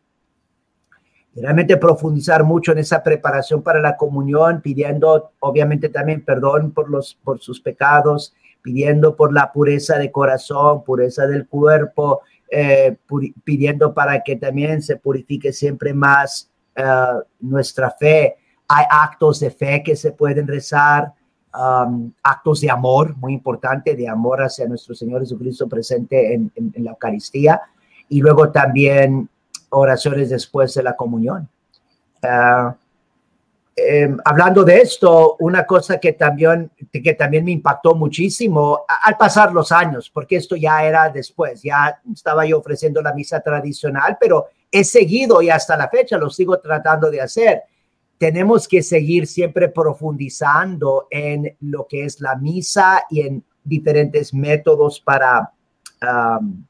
Y realmente profundizar mucho en esa preparación para la comunión, pidiendo obviamente también perdón por, los, por sus pecados, pidiendo por la pureza de corazón, pureza del cuerpo, eh, pidiendo para que también se purifique siempre más uh, nuestra fe. Hay actos de fe que se pueden rezar, um, actos de amor, muy importante, de amor hacia nuestro Señor Jesucristo presente en, en, en la Eucaristía, y luego también oraciones después de la comunión. Uh, eh, hablando de esto, una cosa que también, que también me impactó muchísimo a, al pasar los años, porque esto ya era después, ya estaba yo ofreciendo la misa tradicional, pero he seguido y hasta la fecha lo sigo tratando de hacer. Tenemos que seguir siempre profundizando en lo que es la misa y en diferentes métodos para, um,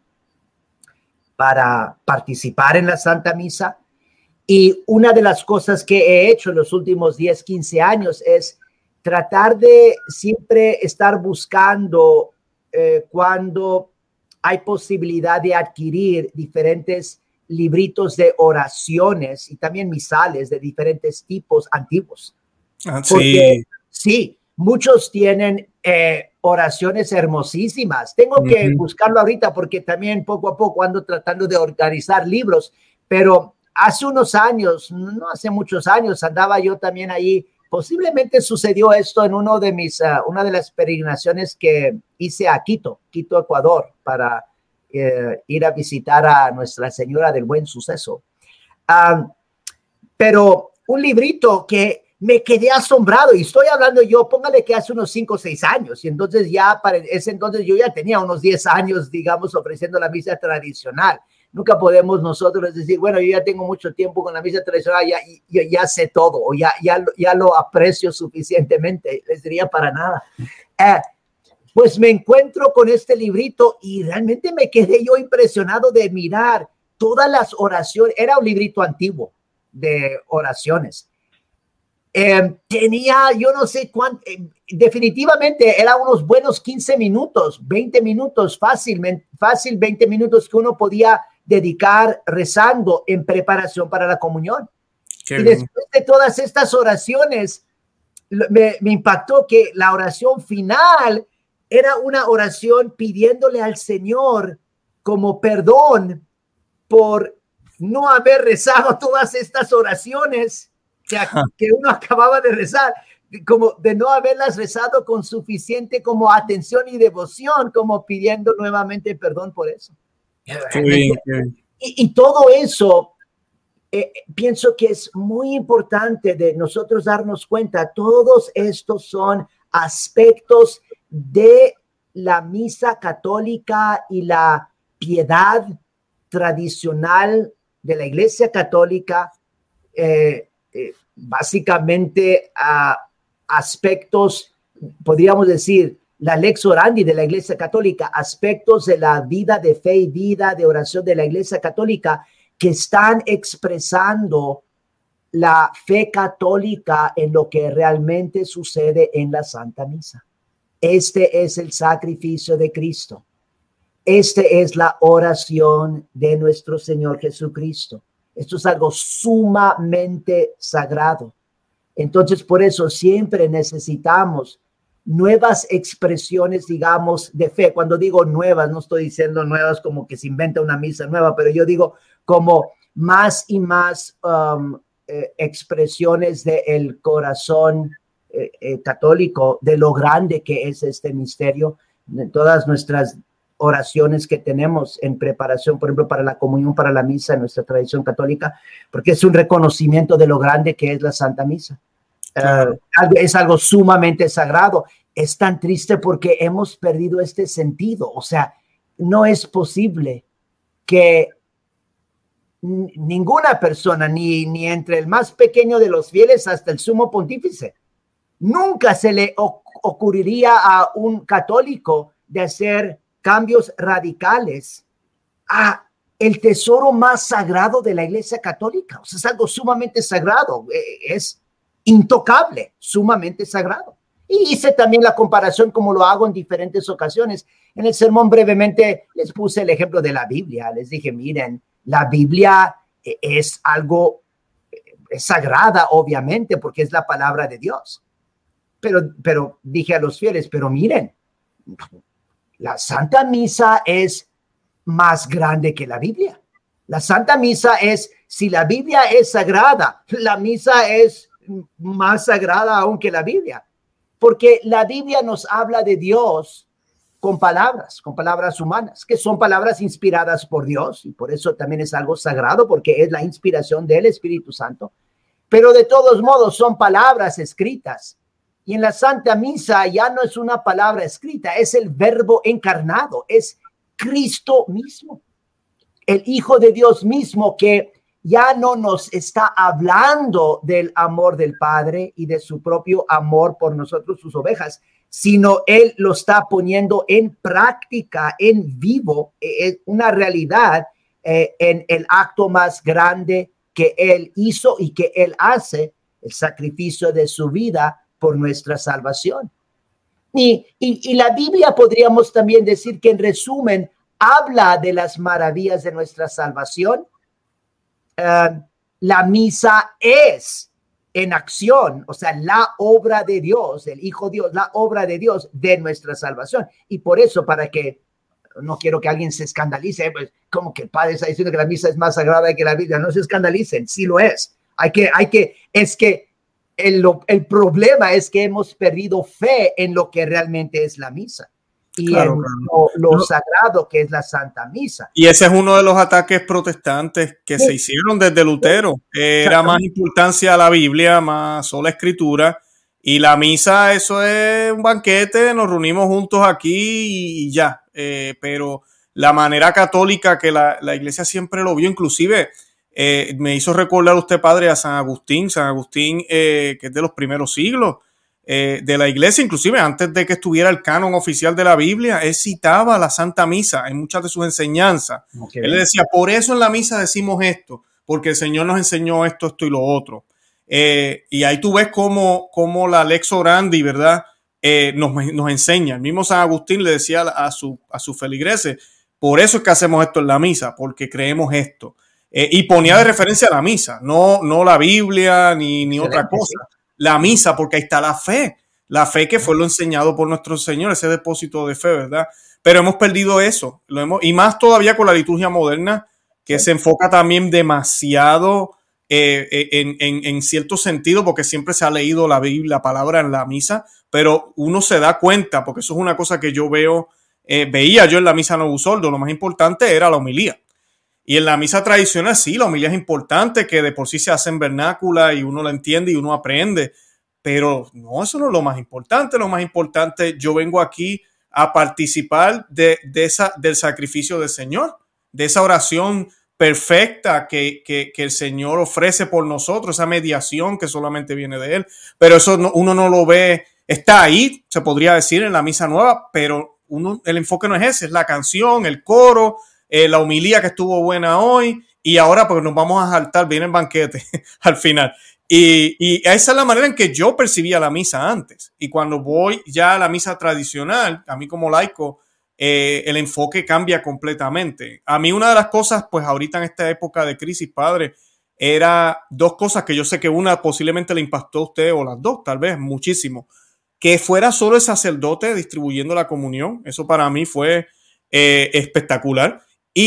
para participar en la Santa Misa. Y una de las cosas que he hecho en los últimos diez, quince años es tratar de siempre estar buscando eh, cuando hay posibilidad de adquirir diferentes libritos de oraciones y también misales de diferentes tipos antiguos. Ah, Porque, sí. sí, muchos tienen eh, oraciones hermosísimas. Tengo uh-huh. que buscarlo ahorita porque también poco a poco ando tratando de organizar libros, pero hace unos años, no hace muchos años, andaba yo también ahí. Posiblemente sucedió esto en uno de mis, uh, una de las peregrinaciones que hice a Quito, Quito, Ecuador, para eh, ir a visitar a Nuestra Señora del Buen Suceso. Um, pero un librito que me quedé asombrado, y estoy hablando yo, póngale que hace unos cinco o seis años, y entonces ya para ese entonces yo ya tenía unos diez años, digamos, ofreciendo la misa tradicional. Nunca podemos nosotros decir, bueno, yo ya tengo mucho tiempo con la misa tradicional, ya, ya, ya sé todo, o ya, ya, ya lo aprecio suficientemente. Les diría para nada. Eh, pues me encuentro con este librito y realmente me quedé yo impresionado de mirar todas las oraciones. Era un librito antiguo de oraciones. Eh, tenía, yo no sé cuánto, eh, definitivamente era unos buenos quince minutos, veinte minutos, fácilmente, fácil veinte minutos que uno podía dedicar rezando en preparación para la comunión. Qué y bien. Después de todas estas oraciones, me, me impactó que la oración final era una oración pidiéndole al Señor como perdón por no haber rezado todas estas oraciones que, que uno acababa de rezar, como de no haberlas rezado con suficiente como atención y devoción, como pidiendo nuevamente perdón por eso. Qué bien, qué bien. Y, y todo eso, eh, pienso que es muy importante de nosotros darnos cuenta. Todos estos son aspectos de la misa católica y la piedad tradicional de la Iglesia Católica, eh, eh, básicamente a aspectos, podríamos decir, la lex orandi de la Iglesia Católica, aspectos de la vida de fe y vida de oración de la Iglesia Católica que están expresando la fe católica en lo que realmente sucede en la Santa Misa. Este es el sacrificio de Cristo. Este es la oración de nuestro Señor Jesucristo. Esto es algo sumamente sagrado. Entonces, por eso siempre necesitamos nuevas expresiones, digamos, de fe. Cuando digo nuevas, no estoy diciendo nuevas como que se inventa una misa nueva, pero yo digo como más y más um, eh, expresiones del corazón eh, eh, católico, de lo grande que es este misterio, de todas nuestras oraciones que tenemos en preparación, por ejemplo, para la comunión, para la misa en nuestra tradición católica, porque es un reconocimiento de lo grande que es la Santa Misa. Claro. Uh, es algo sumamente sagrado. Es tan triste porque hemos perdido este sentido. O sea, no es posible que n- ninguna persona, ni, ni entre el más pequeño de los fieles hasta el sumo pontífice, nunca se le o- ocurriría a un católico de hacer cambios radicales a el tesoro más sagrado de la Iglesia Católica. O sea, es algo sumamente sagrado. Es intocable, sumamente sagrado. Y hice también la comparación como lo hago en diferentes ocasiones. En el sermón brevemente les puse el ejemplo de la Biblia. Les dije, miren, la Biblia es algo, es sagrada, obviamente, porque es la palabra de Dios. Pero, pero dije a los fieles, pero miren, la Santa Misa es más grande que la Biblia. La Santa Misa es, si la Biblia es sagrada, la misa es más sagrada aún que la Biblia, porque la Biblia nos habla de Dios con palabras, con palabras humanas, que son palabras inspiradas por Dios, y por eso también es algo sagrado, porque es la inspiración del Espíritu Santo, pero de todos modos son palabras escritas. Y en la Santa Misa ya no es una palabra escrita, es el Verbo encarnado, es Cristo mismo, el Hijo de Dios mismo, que ya no nos está hablando del amor del Padre y de su propio amor por nosotros, sus ovejas, sino Él lo está poniendo en práctica, en vivo, es una realidad eh, en el acto más grande que Él hizo y que Él hace, el sacrificio de su vida por nuestra salvación. Y, y, y la Biblia podríamos también decir que en resumen habla de las maravillas de nuestra salvación. Uh, la misa es en acción, o sea, la obra de Dios, el Hijo Dios, la obra de Dios de nuestra salvación. Y por eso, para que no quiero que alguien se escandalice, pues como que el Padre está diciendo que la misa es más sagrada que la Biblia, no se escandalicen, sí lo es. Hay que, hay que, es que el, el problema es que hemos perdido fe en lo que realmente es la misa. Y claro, en claro. lo, lo no. sagrado que es la Santa Misa. Y ese es uno de los ataques protestantes que sí. se hicieron desde Lutero. Sí. Era más importancia a la Biblia, más sola escritura. Y la misa, eso es un banquete, nos reunimos juntos aquí y ya. Eh, pero la manera católica que la, la iglesia siempre lo vio, inclusive eh, me hizo recordar usted, padre, a San Agustín. San Agustín, eh, que es de los primeros siglos. eh, de la iglesia, inclusive antes de que estuviera el canon oficial de la Biblia, él citaba la Santa Misa en muchas de sus enseñanzas. Okay. Él le decía, por eso en la misa decimos esto, porque el Señor nos enseñó esto, esto y lo otro. Eh, y ahí tú ves cómo, cómo la Lex Orandi, ¿verdad? Eh, nos, nos enseña. El mismo San Agustín le decía a, su, a sus feligreses, por eso es que hacemos esto en la misa, porque creemos esto. Eh, y ponía de referencia a la misa, no, no la Biblia ni, ni otra cosa. Sí. La misa, porque ahí está la fe. La fe que fue lo enseñado por nuestro Señor, ese depósito de fe, ¿verdad? Pero hemos perdido eso. Lo hemos, y más todavía con la liturgia moderna, que sí. se enfoca también demasiado eh, en, en, en cierto sentido, porque siempre se ha leído la Biblia, la palabra en la misa, pero uno se da cuenta, porque eso es una cosa que yo veo, eh, veía yo en la misa Novus Ordo, lo más importante era la homilía. Y en la misa tradicional sí, la homilía es importante, que de por sí se hace en vernácula y uno la entiende y uno aprende, pero no, eso no es lo más importante. Lo más importante, yo vengo aquí a participar de, de esa, del sacrificio del Señor, de esa oración perfecta que, que, que el Señor ofrece por nosotros, esa mediación que solamente viene de Él. Pero eso no, uno no lo ve, está ahí, se podría decir, en la misa nueva, pero uno, el enfoque no es ese, es la canción, el coro, eh, la homilía que estuvo buena hoy, y ahora pues nos vamos a saltar, viene el banquete al final. Y, y esa es la manera en que yo percibía la misa antes. Y cuando voy ya a la misa tradicional, a mí como laico, eh, el enfoque cambia completamente. A mí una de las cosas, pues ahorita en esta época de crisis, padre, era dos cosas que yo sé que una posiblemente le impactó a usted, o las dos, tal vez, muchísimo. Que fuera solo el sacerdote distribuyendo la comunión. Eso para mí fue eh, espectacular.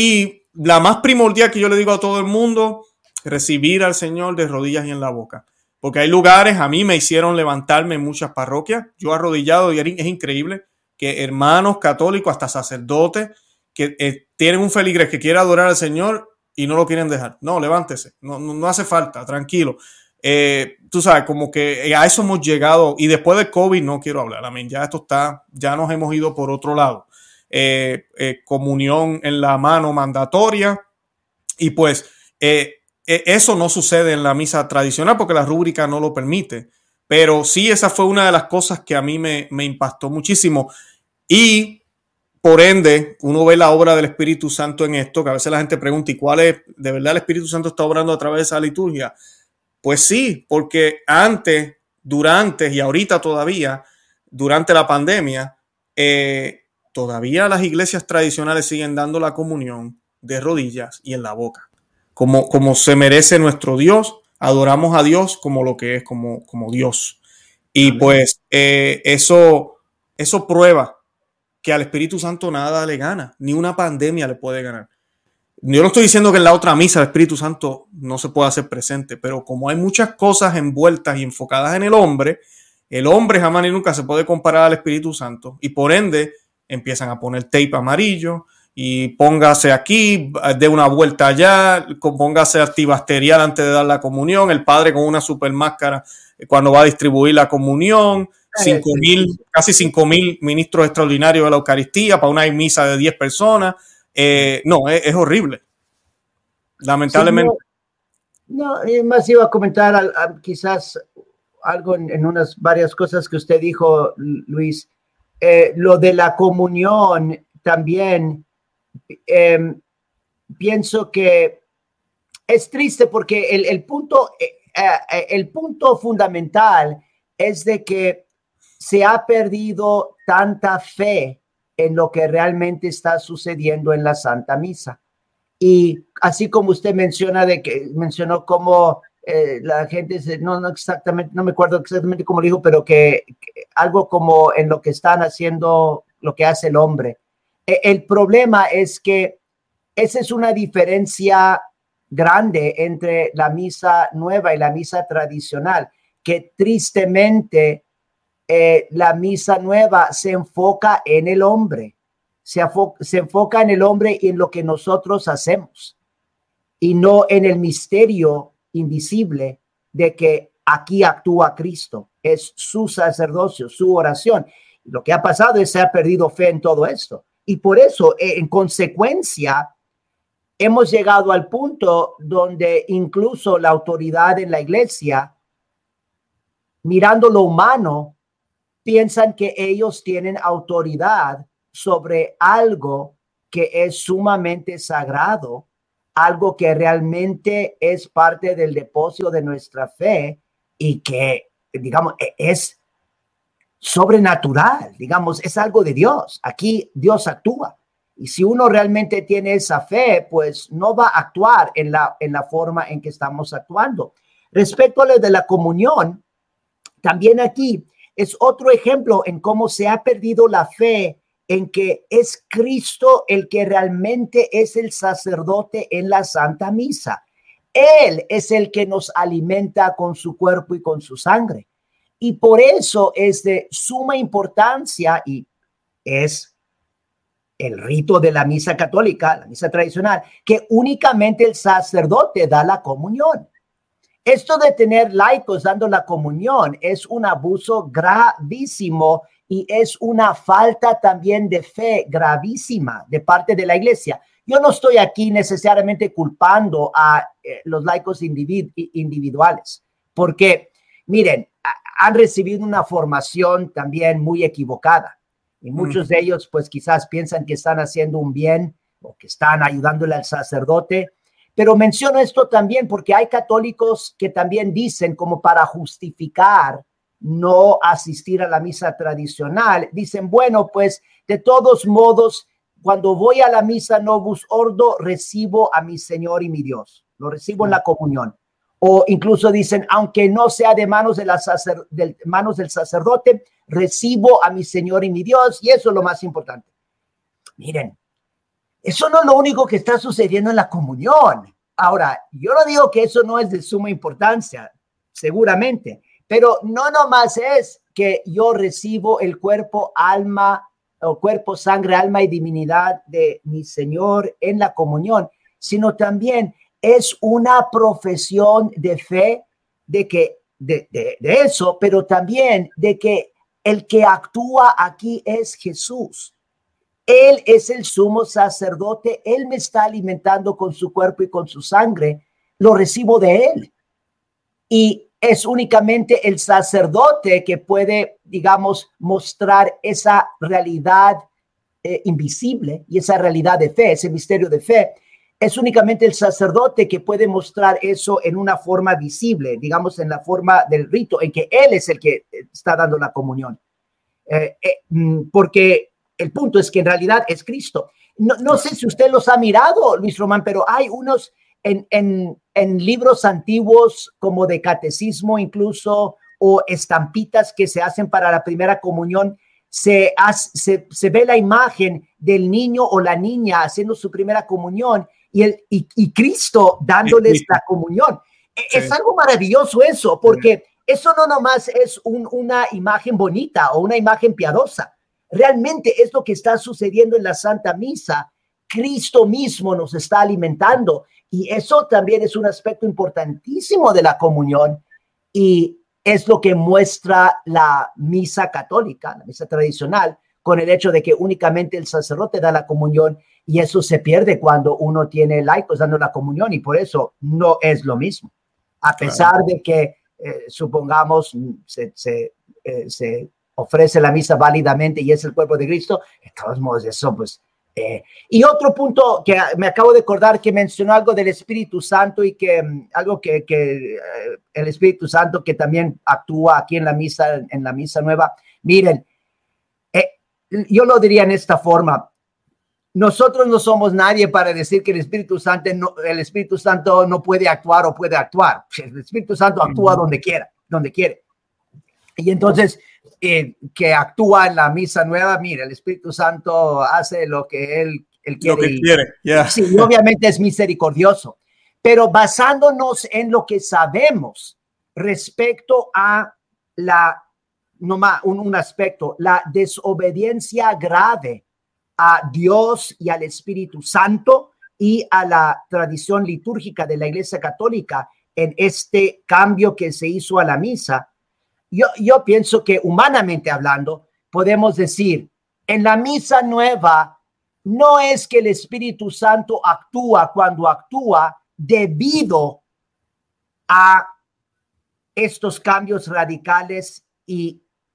Y la más primordial que yo le digo a todo el mundo, recibir al Señor de rodillas y en la boca. Porque hay lugares, a mí me hicieron levantarme en muchas parroquias, yo arrodillado, y es increíble que hermanos católicos, hasta sacerdotes, que eh, tienen un feligres que quiere adorar al Señor y no lo quieren dejar. No, levántese, no, no, no hace falta, tranquilo. Eh, tú sabes, como que a eso hemos llegado, y después del COVID no quiero hablar, amén, ya esto está, ya nos hemos ido por otro lado. Eh, eh, comunión en la mano mandatoria, y pues eh, eso no sucede en la misa tradicional porque la rúbrica no lo permite, pero sí, esa fue una de las cosas que a mí me, me impactó muchísimo. Y por ende uno ve la obra del Espíritu Santo en esto, que a veces la gente pregunta, ¿y cuál es? ¿De verdad el Espíritu Santo está obrando a través de esa liturgia? Pues sí, porque antes, durante y ahorita todavía, durante la pandemia, eh, todavía las iglesias tradicionales siguen dando la comunión de rodillas y en la boca. Como, como se merece nuestro Dios, adoramos a Dios como lo que es, como, como Dios. Y Amén. Pues eh, eso, eso prueba que al Espíritu Santo nada le gana, ni una pandemia le puede ganar. Yo no estoy diciendo que en la otra misa el Espíritu Santo no se pueda hacer presente, pero como hay muchas cosas envueltas y enfocadas en el hombre, el hombre jamás ni nunca se puede comparar al Espíritu Santo, y por ende empiezan a poner tape amarillo, y póngase aquí, dé una vuelta allá, póngase antibacterial antes de dar la comunión, el padre con una super máscara cuando va a distribuir la comunión, cinco mil, casi cinco mil ministros extraordinarios de la Eucaristía para una misa de diez personas. Eh, no, es, es horrible. Lamentablemente. Sí, no, no, más iba a comentar al, al, quizás algo en, en unas varias cosas que usted dijo, Luis. Eh, lo de la comunión también. Eh, pienso que es triste porque el, el, punto, eh, eh, el punto fundamental es de que se ha perdido tanta fe en lo que realmente está sucediendo en la Santa Misa. Y así como usted menciona de que mencionó cómo eh, la gente, se, no, no exactamente, no me acuerdo exactamente cómo lo dijo, pero que, que algo como en lo que están haciendo, lo que hace el hombre. El problema es que esa es una diferencia grande entre la misa nueva y la misa tradicional, que tristemente eh, la misa nueva se enfoca en el hombre, se, se enfoca en el hombre y en lo que nosotros hacemos, y no en el misterio invisible de que aquí actúa Cristo, es su sacerdocio, su oración. Lo que ha pasado es que se ha perdido fe en todo esto. Y por eso, en consecuencia, hemos llegado al punto donde incluso la autoridad en la iglesia, mirando lo humano, piensan que ellos tienen autoridad sobre algo que es sumamente sagrado, algo que realmente es parte del depósito de nuestra fe y que, digamos, es sobrenatural, digamos, es algo de Dios. Aquí Dios actúa. Y si uno realmente tiene esa fe, pues no va a actuar en la, en la forma en que estamos actuando. Respecto a lo de la comunión, también aquí es otro ejemplo en cómo se ha perdido la fe en que es Cristo el que realmente es el sacerdote en la Santa Misa. Él es el que nos alimenta con su cuerpo y con su sangre. Y por eso es de suma importancia y es el rito de la misa católica, la misa tradicional, que únicamente el sacerdote da la comunión. Esto de tener laicos dando la comunión es un abuso gravísimo y es una falta también de fe gravísima de parte de la iglesia. Yo no estoy aquí necesariamente culpando a eh, los laicos individu individuales, porque miren, han recibido una formación también muy equivocada y muchos mm. de ellos pues quizás piensan que están haciendo un bien o que están ayudándole al sacerdote. Pero menciono esto también porque hay católicos que también dicen, como para justificar no asistir a la misa tradicional, dicen, bueno, pues de todos modos, cuando voy a la misa Novus Ordo, recibo a mi Señor y mi Dios, lo recibo en la comunión. O incluso dicen, aunque no sea de manos, de la sacer, de manos del sacerdote, recibo a mi Señor y mi Dios, y eso es lo más importante. Miren, eso no es lo único que está sucediendo en la comunión. Ahora, yo no digo que eso no es de suma importancia, seguramente, pero no nomás es que yo recibo el cuerpo, alma, o cuerpo, sangre, alma y divinidad de mi Señor en la comunión, sino también es una profesión de fe de que de, de, de eso, pero también de que el que actúa aquí es Jesús. Él es el sumo sacerdote, Él me está alimentando con su cuerpo y con su sangre, lo recibo de Él. Y es únicamente el sacerdote que puede, digamos, mostrar esa realidad eh, invisible y esa realidad de fe, ese misterio de fe. Es únicamente el sacerdote que puede mostrar eso en una forma visible, digamos, en la forma del rito, en que Él es el que está dando la comunión. Eh, eh, porque el punto es que en realidad es Cristo. No, no sé si usted los ha mirado, Luis Román, pero hay unos en, en, en libros antiguos como de catecismo incluso, o estampitas que se hacen para la primera comunión. Se, hace, se, se ve la imagen del niño o la niña haciendo su primera comunión y, el, y, y Cristo dándoles sí. la comunión. Sí. Es algo maravilloso eso, porque sí. eso no nomás es un, una imagen bonita o una imagen piadosa. Realmente es lo que está sucediendo en la Santa Misa. Cristo mismo nos está alimentando y eso también es un aspecto importantísimo de la comunión y es lo que muestra la misa católica, la misa tradicional, con el hecho de que únicamente el sacerdote da la comunión y eso se pierde cuando uno tiene laicos dando la comunión y por eso no es lo mismo. A pesar claro. de que, eh, supongamos, se, se, eh, se ofrece la misa válidamente y es el cuerpo de Cristo, de todos modos eso pues... Eh, y otro punto que me acabo de acordar que mencionó algo del Espíritu Santo y que um, algo que, que uh, el Espíritu Santo que también actúa aquí en la misa, en la misa nueva. Miren, eh, yo lo diría en esta forma. Nosotros no somos nadie para decir que el Espíritu Santo no, el Espíritu Santo no puede actuar o puede actuar. El Espíritu Santo actúa donde quiera, donde quiere. Y entonces, eh, que actúa en la misa nueva, mira, el Espíritu Santo hace lo que él, él quiere. Lo que quiere, yeah. Sí, obviamente es misericordioso, pero basándonos en lo que sabemos respecto a la, nomás un, un aspecto, la desobediencia grave a Dios y al Espíritu Santo y a la tradición litúrgica de la Iglesia Católica en este cambio que se hizo a la misa. Yo, yo pienso que humanamente hablando, podemos decir, en la misa nueva, no es que el Espíritu Santo actúa cuando actúa debido a estos cambios radicales y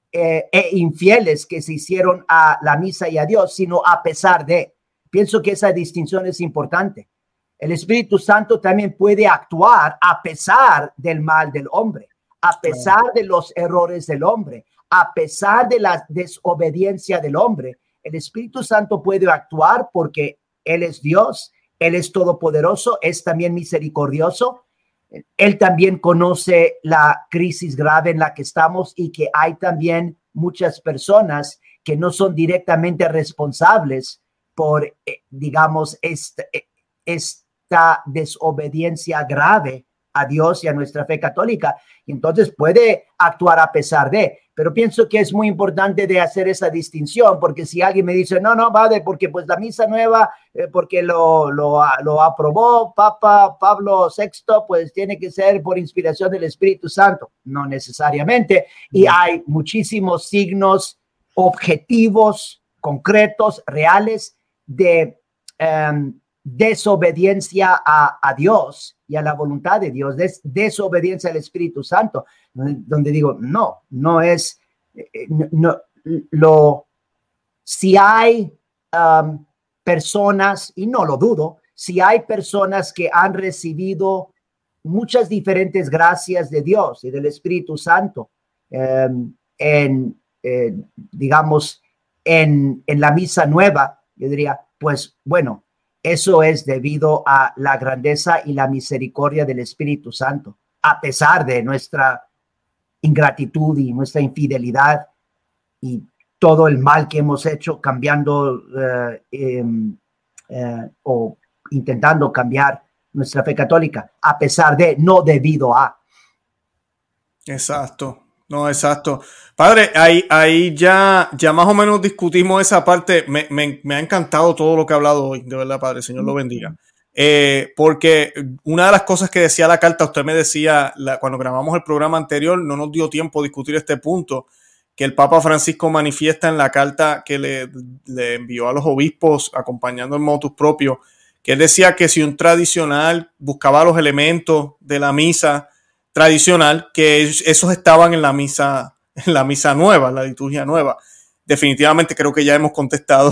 eh, e infieles que se hicieron a la misa y a Dios, sino a pesar de. Pienso que esa distinción es importante. El Espíritu Santo también puede actuar a pesar del mal del hombre, a pesar de los errores del hombre, a pesar de la desobediencia del hombre. El Espíritu Santo puede actuar porque Él es Dios, Él es todopoderoso, es también misericordioso. Él también conoce la crisis grave en la que estamos y que hay también muchas personas que no son directamente responsables por, eh, digamos, esta, esta desobediencia grave a Dios y a nuestra fe católica. Y entonces puede actuar a pesar de. Pero pienso que es muy importante de hacer esa distinción, porque si alguien me dice, no, no, padre, porque pues la misa nueva, eh, porque lo, lo, lo aprobó Papa Pablo sexto, pues tiene que ser por inspiración del Espíritu Santo. No necesariamente. Y hay muchísimos signos objetivos, concretos, reales, de um, desobediencia a, a Dios y a la voluntad de Dios, des, desobediencia al Espíritu Santo, donde digo, no, no es, no, no lo, si hay um, personas, y no lo dudo, si hay personas que han recibido muchas diferentes gracias de Dios y del Espíritu Santo, um, en, eh, digamos, en, en la misa nueva, yo diría, pues bueno, eso es debido a la grandeza y la misericordia del Espíritu Santo, a pesar de nuestra ingratitud y nuestra infidelidad y todo el mal que hemos hecho cambiando uh, eh, eh, o intentando cambiar nuestra fe católica, a pesar de, no debido a. Exacto. No, exacto. Padre, ahí, ahí ya, ya más o menos discutimos esa parte. Me, me, me ha encantado todo lo que ha hablado hoy, de verdad, Padre, Señor lo bendiga. Eh, porque una de las cosas que decía la carta, usted me decía, la, cuando grabamos el programa anterior, no nos dio tiempo a discutir este punto, que el Papa Francisco manifiesta en la carta que le, le envió a los obispos, acompañando el motus propio, que él decía que si un tradicional buscaba los elementos de la misa tradicional, que esos estaban en la misa, en la misa nueva, en la liturgia nueva. Definitivamente creo que ya hemos contestado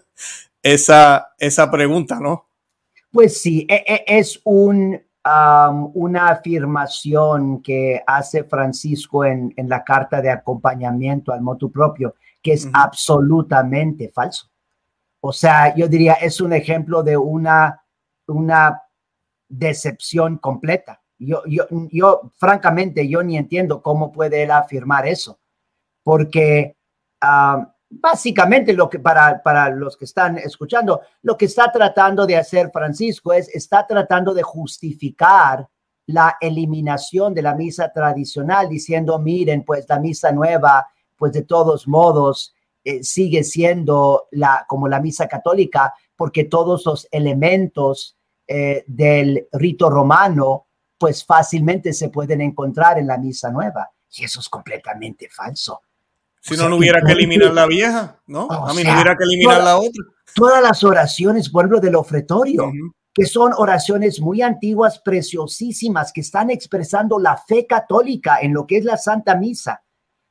esa, esa pregunta, ¿no? Pues sí, es un, um, una afirmación que hace Francisco en, en la carta de acompañamiento al motu propio, que es uh-huh. absolutamente falso. O sea, yo diría, es un ejemplo de una, una decepción completa. Yo, yo, yo, francamente, yo ni entiendo cómo puede él afirmar eso, porque uh, básicamente lo que para, para los que están escuchando, lo que está tratando de hacer Francisco es, está tratando de justificar la eliminación de la misa tradicional, diciendo, miren, pues la misa nueva, pues de todos modos eh, sigue siendo la, como la misa católica, porque todos los elementos eh, del rito romano pues fácilmente se pueden encontrar en la misa nueva. Y eso es completamente falso. Si o no, sea, no hubiera que eliminar la vieja, ¿no? A mí no hubiera que eliminar toda, la otra. Todas las oraciones, por ejemplo, del ofretorio, uh-huh. que son oraciones muy antiguas, preciosísimas, que están expresando la fe católica en lo que es la Santa Misa,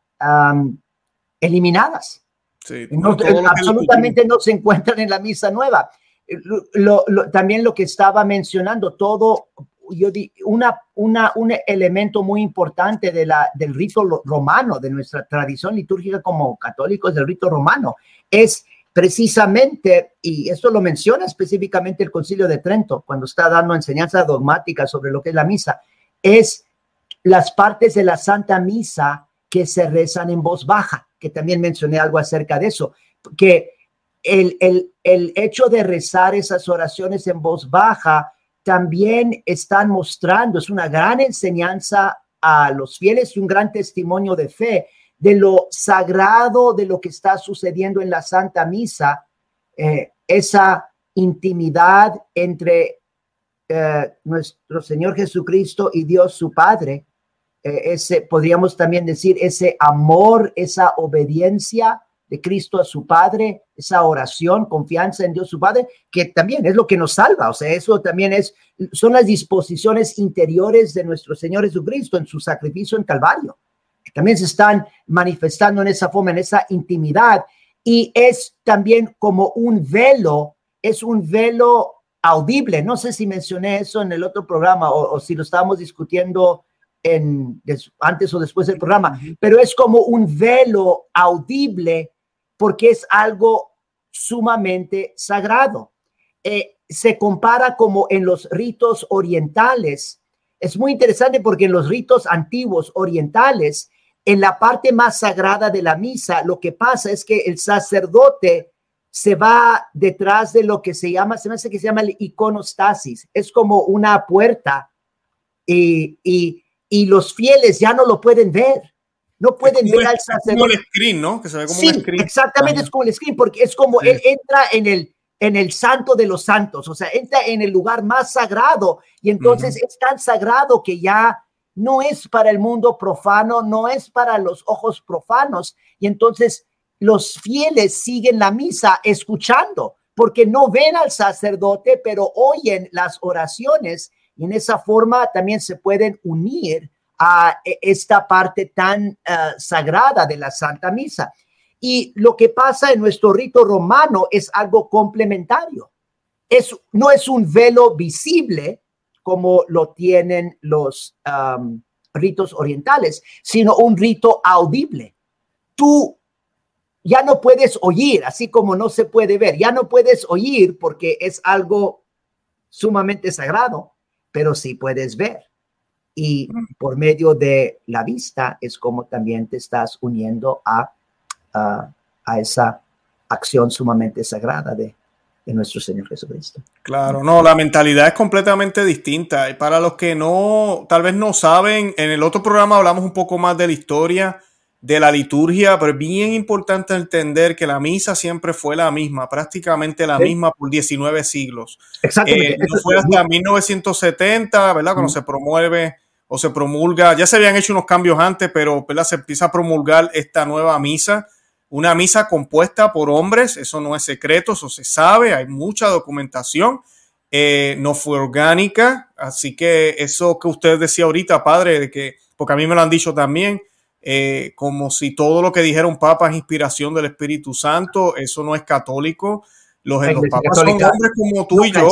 um, eliminadas. Sí, no, no, absolutamente no se encuentran en la misa nueva. Lo, lo, lo, también lo que estaba mencionando, todo... Yo di una, una, un elemento muy importante de la, del rito romano, de nuestra tradición litúrgica como católicos del rito romano, es precisamente, y esto lo menciona específicamente el Concilio de Trento, cuando está dando enseñanza dogmática sobre lo que es la misa, es las partes de la Santa Misa que se rezan en voz baja, que también mencioné algo acerca de eso, que el, el, el hecho de rezar esas oraciones en voz baja también están mostrando, es una gran enseñanza a los fieles y un gran testimonio de fe de lo sagrado de lo que está sucediendo en la Santa Misa, eh, esa intimidad entre eh, nuestro Señor Jesucristo y Dios su Padre, eh, ese, podríamos también decir, ese amor, esa obediencia de Cristo a su Padre, esa oración, confianza en Dios su Padre, que también es lo que nos salva. O sea, eso también es, son las disposiciones interiores de nuestro Señor Jesucristo en su sacrificio en Calvario. también se están manifestando en esa forma, en esa intimidad. Y es también como un velo, es un velo audible. No sé si mencioné eso en el otro programa o, o si lo estábamos discutiendo en, des, antes o después del programa, pero es como un velo audible porque es algo sumamente sagrado. Eh, se compara como en los ritos orientales. Es muy interesante porque en los ritos antiguos orientales, en la parte más sagrada de la misa, lo que pasa es que el sacerdote se va detrás de lo que se llama, se me hace que se llama el iconostasis. Es como una puerta y, y, y los fieles ya no lo pueden ver. No pueden ver el, al sacerdote. Es como el screen, ¿no? Que se ve como sí, un screen. Exactamente, es como el screen, porque es como sí. Él entra en el, en el santo de los santos, o sea, entra en el lugar más sagrado y entonces uh-huh. es tan sagrado que ya no es para el mundo profano, no es para los ojos profanos y entonces los fieles siguen la misa escuchando porque no ven al sacerdote, pero oyen las oraciones y en esa forma también se pueden unir a esta parte tan uh, sagrada de la Santa Misa. Y lo que pasa en nuestro rito romano es algo complementario. Es, no es un velo visible como lo tienen los um, ritos orientales, sino un rito audible. Tú ya no puedes oír, así como no se puede ver. Ya no puedes oír porque es algo sumamente sagrado, pero sí puedes ver. Y por medio de la vista es como también te estás uniendo a, a, a esa acción sumamente sagrada de, de nuestro Señor Jesucristo. Claro, no, la mentalidad es completamente distinta. Y para los que no, tal vez no saben, en el otro programa hablamos un poco más de la historia de la liturgia, pero es bien importante entender que la misa siempre fue la misma, prácticamente la ¿Sí? misma por diecinueve siglos. Exactamente. Eh, no fue hasta mil novecientos setenta, ¿verdad? Cuando uh-huh. se promueve o se promulga, ya se habían hecho unos cambios antes, pero ¿verdad? Se empieza a promulgar esta nueva misa, una misa compuesta por hombres, eso no es secreto, eso se sabe, hay mucha documentación, eh, no fue orgánica, así que eso que usted decía ahorita, padre, de que, porque a mí me lo han dicho también, eh, como si todo lo que dijera un papa es inspiración del Espíritu Santo, eso no es católico, los, los papas son hombres como tú y yo.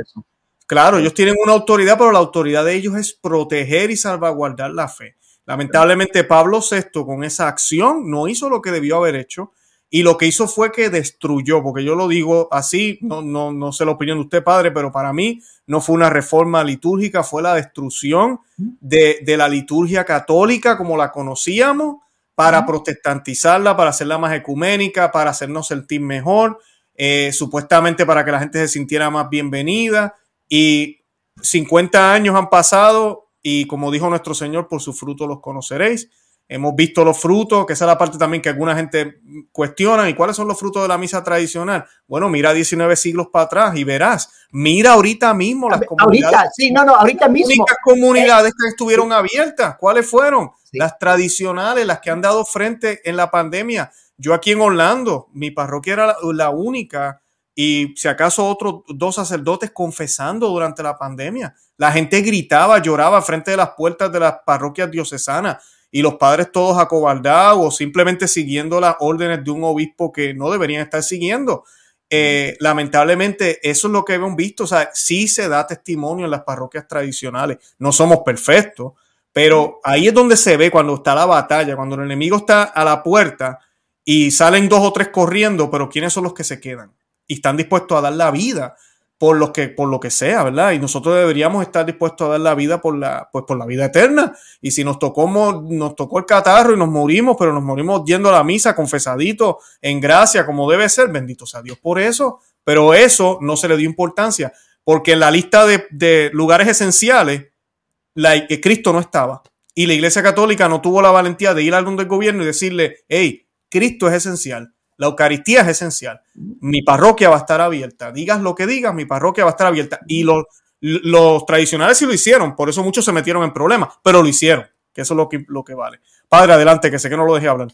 Claro, ellos tienen una autoridad, pero la autoridad de ellos es proteger y salvaguardar la fe. Lamentablemente Pablo sexto con esa acción no hizo lo que debió haber hecho y lo que hizo fue que destruyó, porque yo lo digo así, no, no, no sé la opinión de usted, padre, pero para mí no fue una reforma litúrgica, fue la destrucción de, de la liturgia católica como la conocíamos para uh-huh. protestantizarla, para hacerla más ecuménica, para hacernos sentir mejor, eh, supuestamente para que la gente se sintiera más bienvenida. Y cincuenta años han pasado y como dijo nuestro Señor, por sus frutos los conoceréis. Hemos visto los frutos, que esa es la parte también que alguna gente cuestiona. ¿Y cuáles son los frutos de la misa tradicional? Bueno, mira diecinueve siglos para atrás y verás. Mira ahorita mismo las ahorita, comunidades. Ahorita, sí, no, no, ahorita mismo. Las únicas comunidades que estuvieron sí. abiertas, ¿cuáles fueron? Sí. Las tradicionales, las que han dado frente en la pandemia. Yo aquí en Orlando, mi parroquia era la, la única y si acaso otros dos sacerdotes confesando durante la pandemia. La gente gritaba, lloraba frente de las puertas de las parroquias diocesanas y los padres todos acobardados o simplemente siguiendo las órdenes de un obispo que no deberían estar siguiendo. Eh, lamentablemente eso es lo que hemos visto. O sea, sí se da testimonio en las parroquias tradicionales. No somos perfectos, pero ahí es donde se ve cuando está la batalla, cuando el enemigo está a la puerta y salen dos o tres corriendo, pero ¿quiénes son los que se quedan? Y están dispuestos a dar la vida por lo que, por lo que sea, ¿verdad? Y nosotros deberíamos estar dispuestos a dar la vida por la, pues por la vida eterna. Y si nos tocó, nos tocó el catarro y nos morimos, pero nos morimos yendo a la misa confesadito, en gracia, como debe ser, bendito sea Dios por eso. Pero eso no se le dio importancia, porque en la lista de, de lugares esenciales, la, Cristo no estaba. Y la Iglesia Católica no tuvo la valentía de ir al mundo del gobierno y decirle, hey, Cristo es esencial. La Eucaristía es esencial. Mi parroquia va a estar abierta. Digas lo que digas, mi parroquia va a estar abierta. Y los, los tradicionales sí lo hicieron. Por eso muchos se metieron en problemas. Pero lo hicieron. Que eso es lo que, lo que vale. Padre, adelante, que sé que no lo dejé hablar.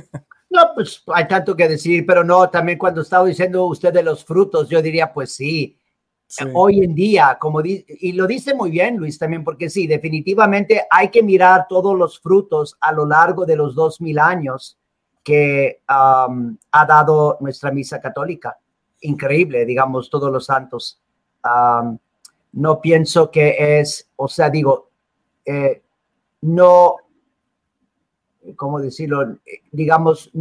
No, pues hay tanto que decir. Pero no, también cuando estaba diciendo usted de los frutos, yo diría, pues sí. Sí. Hoy en día, como di y lo dice muy bien Luis también, porque sí, definitivamente hay que mirar todos los frutos a lo largo de los dos mil años que um, ha dado nuestra misa católica. Increíble, digamos, todos los santos. Um, no pienso que es, o sea, digo, eh, no, ¿cómo decirlo? Digamos,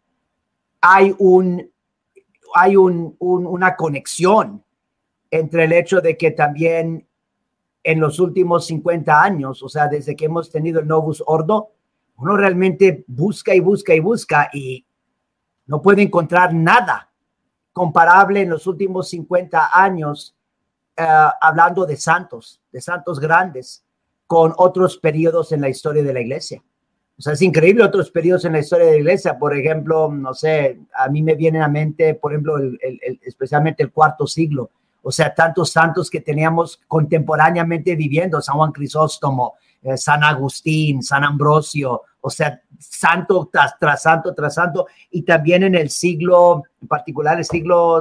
hay un, hay un, un, una conexión entre el hecho de que también en los últimos cincuenta años, o sea, desde que hemos tenido el Novus Ordo, uno realmente busca y busca y busca y no puede encontrar nada comparable en los últimos cincuenta años, uh, hablando de santos, de santos grandes, con otros periodos en la historia de la iglesia. O sea, es increíble otros periodos en la historia de la iglesia. Por ejemplo, no sé, a mí me viene a mente, por ejemplo, el, el, el, especialmente el cuarto siglo. O sea, tantos santos que teníamos contemporáneamente viviendo, San Juan Crisóstomo, eh, San Agustín, San Ambrosio, o sea, santo tras, tras santo tras santo, y también en el siglo, en particular el siglo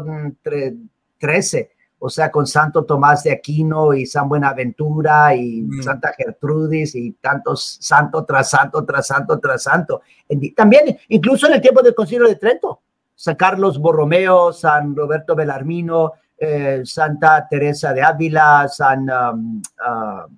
trece, o sea, con Santo Tomás de Aquino y San Buenaventura y mm. Santa Gertrudis y tantos santo tras santo tras santo tras santo. También, incluso en el tiempo del Concilio de Trento, San Carlos Borromeo, San Roberto Belarmino, Eh, Santa Teresa de Ávila, San, um, uh,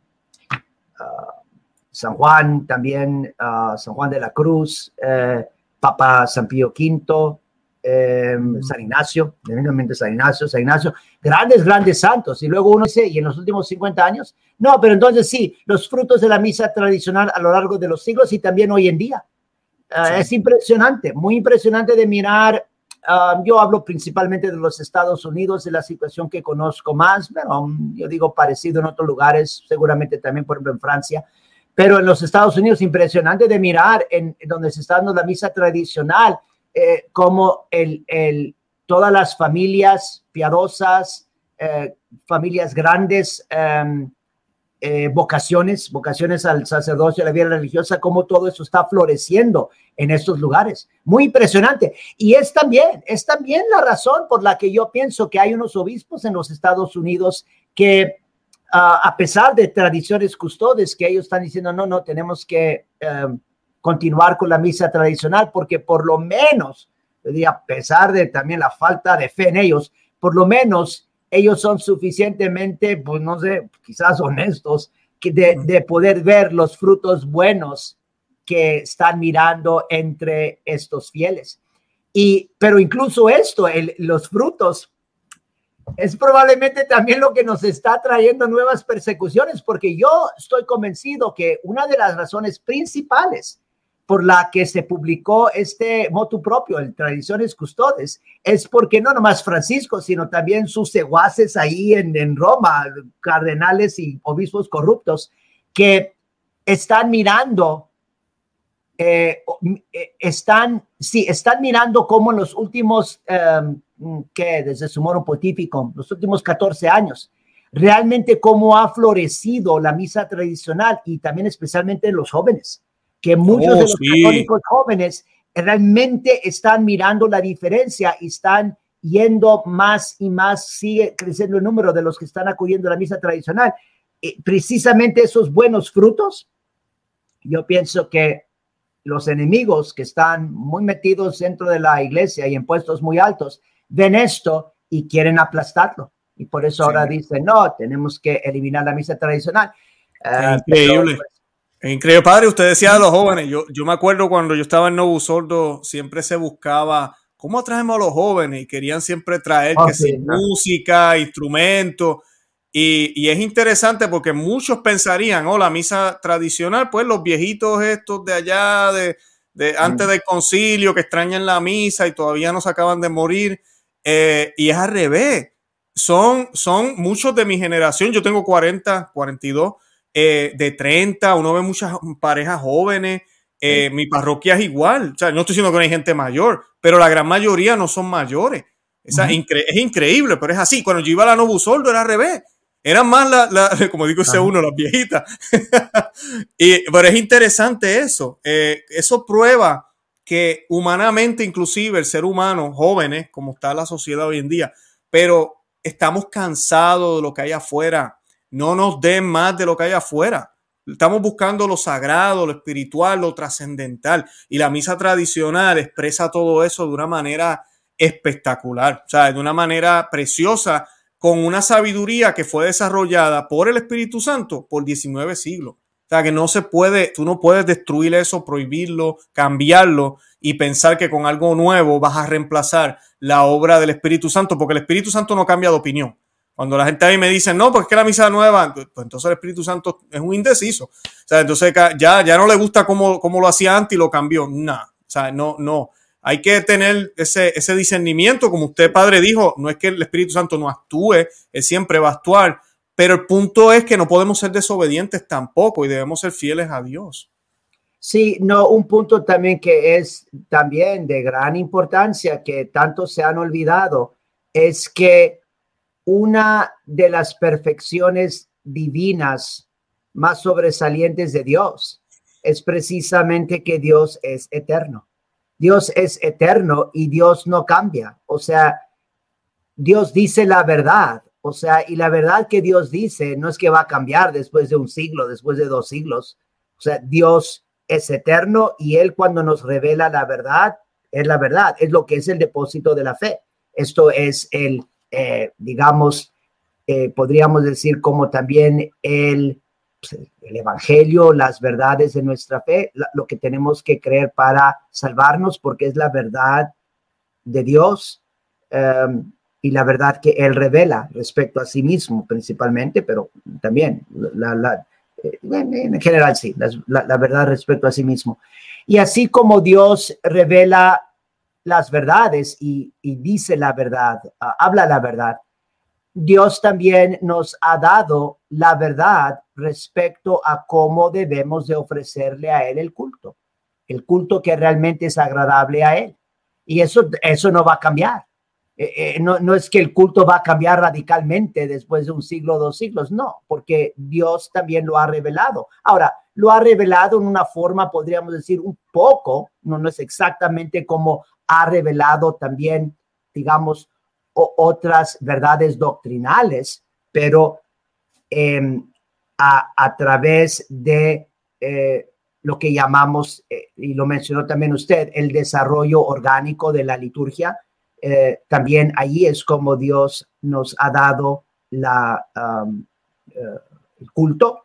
uh, San Juan también, uh, San Juan de la Cruz, eh, Papa San Pío quinto, eh, San Ignacio, evidentemente San Ignacio, San Ignacio, grandes, grandes santos. Y luego uno dice, ¿y en los últimos cincuenta años? No, pero entonces sí, los frutos de la misa tradicional a lo largo de los siglos y también hoy en día. Uh, sí. Es impresionante, muy impresionante de mirar. Um, yo hablo principalmente de los Estados Unidos, de la situación que conozco más, pero um, yo digo parecido en otros lugares, seguramente también, por ejemplo, en Francia, pero en los Estados Unidos impresionante de mirar en, en donde se está dando la misa tradicional, eh, como el, el, todas las familias piadosas, eh, familias grandes, um, Eh, vocaciones, vocaciones al sacerdocio, a la vida religiosa, cómo todo eso está floreciendo en estos lugares. Muy impresionante. Y es también, es también la razón por la que yo pienso que hay unos obispos en los Estados Unidos que, uh, a pesar de tradiciones custodes, que ellos están diciendo, no, no, tenemos que um, continuar con la misa tradicional, porque por lo menos, a pesar de también la falta de fe en ellos, por lo menos ellos son suficientemente, pues no sé, quizás honestos, que de, de poder ver los frutos buenos que están mirando entre estos fieles. Y, pero incluso esto, el, los frutos, es probablemente también lo que nos está trayendo nuevas persecuciones, porque yo estoy convencido que una de las razones principales por la que se publicó este motu propio, el Tradiciones Custodes, es porque no nomás Francisco, sino también sus secuaces ahí en, en Roma, cardenales y obispos corruptos, que están mirando, eh, están, sí, están mirando cómo en los últimos, um, que desde su moro pontífico, los últimos catorce años, realmente cómo ha florecido la misa tradicional y también especialmente en los jóvenes, que muchos oh, de los sí. católicos jóvenes realmente están mirando la diferencia y están yendo más y más, sigue creciendo el número de los que están acudiendo a la misa tradicional. Eh, precisamente esos buenos frutos, yo pienso que los enemigos que están muy metidos dentro de la iglesia y en puestos muy altos, ven esto y quieren aplastarlo. Y por eso sí. ahora dicen, no, tenemos que eliminar la misa tradicional. Uh, Increíble. Pero, Es increíble, padre. Usted decía a los jóvenes, yo, yo me acuerdo cuando yo estaba en Novus Ordo, siempre se buscaba cómo traemos a los jóvenes y querían siempre traer oh, que sí, sea, no. música, instrumentos. Y, y es interesante porque muchos pensarían, oh, la misa tradicional, pues los viejitos estos de allá, de, de antes mm. del concilio, que extrañan la misa y todavía no se acaban de morir. Eh, y es al revés. Son, son muchos de mi generación. Yo tengo cuarenta, cuarenta y dos. Eh, de treinta, uno ve muchas parejas jóvenes, eh, sí. Mi parroquia es igual, o sea, no estoy diciendo que no hay gente mayor, pero la gran mayoría no son mayores. Esa, uh-huh. incre- es increíble, pero es así. Cuando yo iba a la Novus Ordo era al revés, eran más, la, la, como digo ese uh-huh. uno, las viejitas. y, pero es interesante eso, eh, eso prueba que humanamente inclusive el ser humano, jóvenes, como está la sociedad hoy en día, pero estamos cansados de lo que hay afuera. No nos den más de lo que hay afuera. Estamos buscando lo sagrado, lo espiritual, lo trascendental. Y la misa tradicional expresa todo eso de una manera espectacular, o sea, de una manera preciosa, con una sabiduría que fue desarrollada por el Espíritu Santo por diecinueve siglos. O sea, que no se puede, tú no puedes destruir eso, prohibirlo, cambiarlo y pensar que con algo nuevo vas a reemplazar la obra del Espíritu Santo, porque el Espíritu Santo no cambia de opinión. Cuando la gente ahí me dice, no, pues es que la misa nueva, pues entonces el Espíritu Santo es un indeciso. O sea, entonces ya, ya no le gusta cómo, cómo lo hacía antes y lo cambió. No, o sea, no, no. Hay que tener ese, ese discernimiento, como usted, padre, dijo, no es que el Espíritu Santo no actúe, él siempre va a actuar, pero el punto es que no podemos ser desobedientes tampoco y debemos ser fieles a Dios. Sí, no, un punto también que es también de gran importancia, que tanto se han olvidado, es que una de las perfecciones divinas más sobresalientes de Dios es precisamente que Dios es eterno. Dios es eterno y Dios no cambia. O sea, Dios dice la verdad. O sea, y la verdad que Dios dice no es que va a cambiar después de un siglo, después de dos siglos. O sea, Dios es eterno y Él cuando nos revela la verdad, es la verdad, es lo que es el depósito de la fe. Esto es el, eh, digamos, eh, podríamos decir como también el, el evangelio, las verdades de nuestra fe, la, lo que tenemos que creer para salvarnos, porque es la verdad de Dios um, y la verdad que Él revela respecto a sí mismo principalmente, pero también la, la, en general sí, la, la verdad respecto a sí mismo. Y así como Dios revela las verdades y, y dice la verdad, uh, habla la verdad, Dios también nos ha dado la verdad respecto a cómo debemos de ofrecerle a Él el culto, el culto que realmente es agradable a Él. Y eso, eso no va a cambiar. Eh, eh, no, no es que el culto va a cambiar radicalmente después de un siglo o dos siglos, no, porque Dios también lo ha revelado. Ahora, lo ha revelado en una forma, podríamos decir, un poco, no, no es exactamente como ha revelado también, digamos, o, otras verdades doctrinales, pero eh, a, a través de eh, lo que llamamos, eh, y lo mencionó también usted, el desarrollo orgánico de la liturgia. Eh, también allí es como Dios nos ha dado la, um, uh, el culto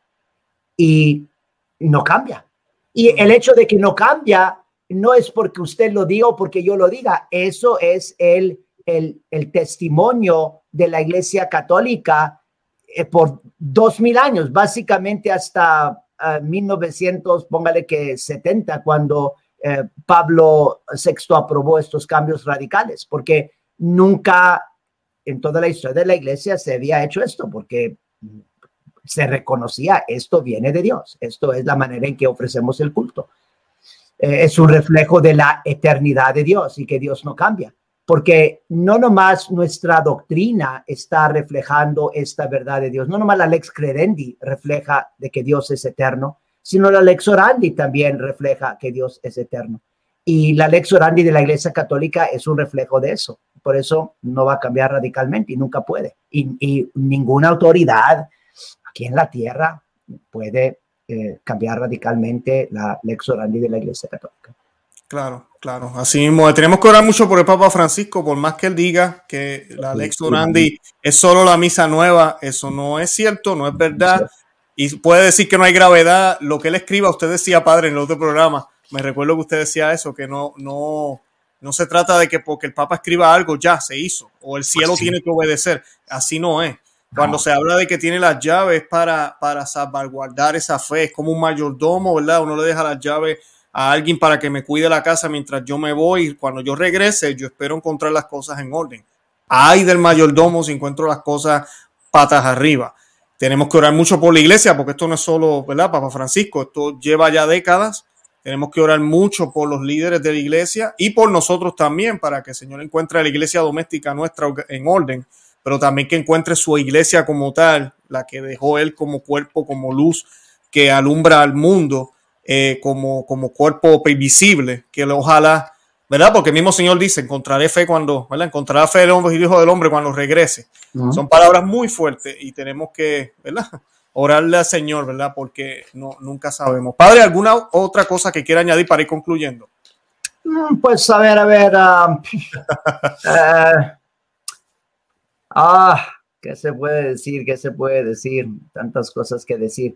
y no cambia. Y el hecho de que no cambia no es porque usted lo diga o porque yo lo diga. Eso es el, el, el testimonio de la Iglesia Católica eh, por dos mil años, básicamente hasta uh, mil novecientos, póngale que setenta, cuando Eh, Pablo sexto aprobó estos cambios radicales, porque nunca en toda la historia de la iglesia se había hecho esto, porque se reconocía esto viene de Dios, esto es la manera en que ofrecemos el culto. Eh, es un reflejo de la eternidad de Dios y que Dios no cambia, porque no nomás nuestra doctrina está reflejando esta verdad de Dios, no nomás la lex credendi refleja de que Dios es eterno, sino la lex orandi también refleja que Dios es eterno. Y la lex orandi de la Iglesia Católica es un reflejo de eso. Por eso no va a cambiar radicalmente y nunca puede. Y, y ninguna autoridad aquí en la tierra puede eh, cambiar radicalmente la lex orandi de la Iglesia Católica. Claro, claro. Así mismo, tenemos que orar mucho por el Papa Francisco, por más que él diga que la lex orandi es solo la misa nueva. Eso no es cierto, no es verdad. Y puede decir que no hay gravedad, lo que él escriba. Usted decía, padre, en el otro programa, me recuerdo que usted decía eso, que no, no, no se trata de que porque el Papa escriba algo ya se hizo, o el cielo sí tiene que obedecer. Así no es. Cuando no. se habla de que tiene las llaves para, para salvaguardar esa fe, es como un mayordomo, ¿verdad? Uno le deja las llaves a alguien para que me cuide la casa mientras yo me voy, y cuando yo regrese, yo espero encontrar las cosas en orden. Ay del mayordomo si encuentro las cosas patas arriba. Tenemos que orar mucho por la iglesia, porque esto no es solo, ¿verdad, Papa Francisco? Esto lleva ya décadas. Tenemos que orar mucho por los líderes de la iglesia y por nosotros también, para que el Señor encuentre la iglesia doméstica nuestra en orden, pero también que encuentre su iglesia como tal, la que dejó Él como cuerpo, como luz que alumbra al mundo, eh, como, como cuerpo visible, que ojalá ¿verdad? Porque el mismo Señor dice, encontraré fe cuando, ¿verdad? Encontrará fe el hombre y el hijo del hombre cuando regrese. Uh-huh. Son palabras muy fuertes y tenemos que, ¿verdad? Orarle al Señor, ¿verdad? Porque no, nunca sabemos. Padre, ¿alguna otra cosa que quiera añadir para ir concluyendo? Pues a ver, a ver. Um, uh, ah, ¿qué se puede decir? ¿Qué se puede decir? Tantas cosas que decir.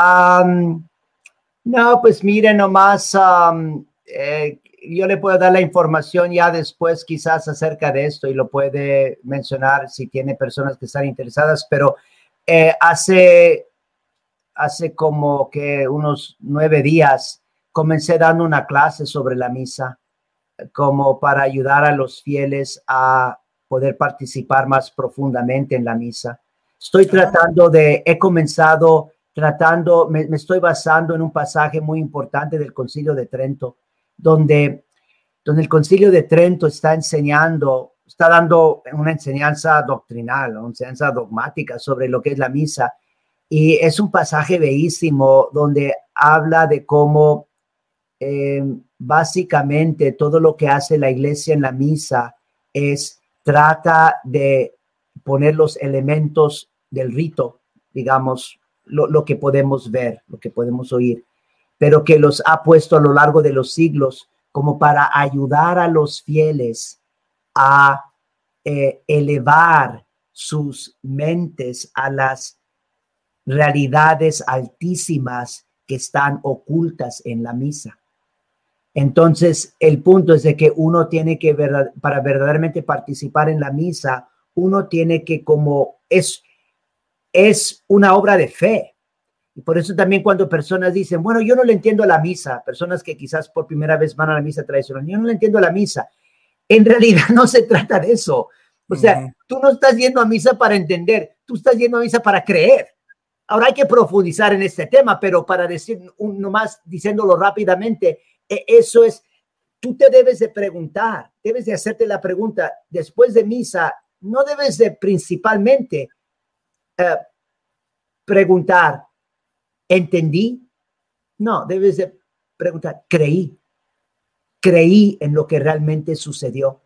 Um, no, pues mire nomás, um, eh, yo le puedo dar la información ya después quizás acerca de esto y lo puede mencionar si tiene personas que están interesadas, pero eh, hace, hace como que unos nueve días comencé dando una clase sobre la misa, como para ayudar a los fieles a poder participar más profundamente en la misa. Estoy tratando de, he comenzado tratando, me, me estoy basando en un pasaje muy importante del Concilio de Trento, donde, donde el Concilio de Trento está enseñando, está dando una enseñanza doctrinal, una enseñanza dogmática sobre lo que es la misa. Y es un pasaje bellísimo donde habla de cómo eh, básicamente todo lo que hace la iglesia en la misa es trata de poner los elementos del rito, digamos, lo, lo que podemos ver, lo que podemos oír, pero que los ha puesto a lo largo de los siglos como para ayudar a los fieles a eh, elevar sus mentes a las realidades altísimas que están ocultas en la misa. Entonces, el punto es de que uno tiene que, verdad, para verdaderamente participar en la misa, uno tiene que como, es, es una obra de fe. Y por eso también cuando personas dicen, bueno, yo no le entiendo a la misa, personas que quizás por primera vez van a la misa tradicional, yo no le entiendo a la misa. En realidad no se trata de eso. O sea, uh-huh. Tú no estás yendo a misa para entender, tú estás yendo a misa para creer. Ahora hay que profundizar en este tema, pero para decir, un, nomás diciéndolo rápidamente, eso es, tú te debes de preguntar, debes de hacerte la pregunta, después de misa, no debes de principalmente uh, preguntar, ¿entendí? No, debes de preguntar, ¿creí? ¿Creí en lo que realmente sucedió?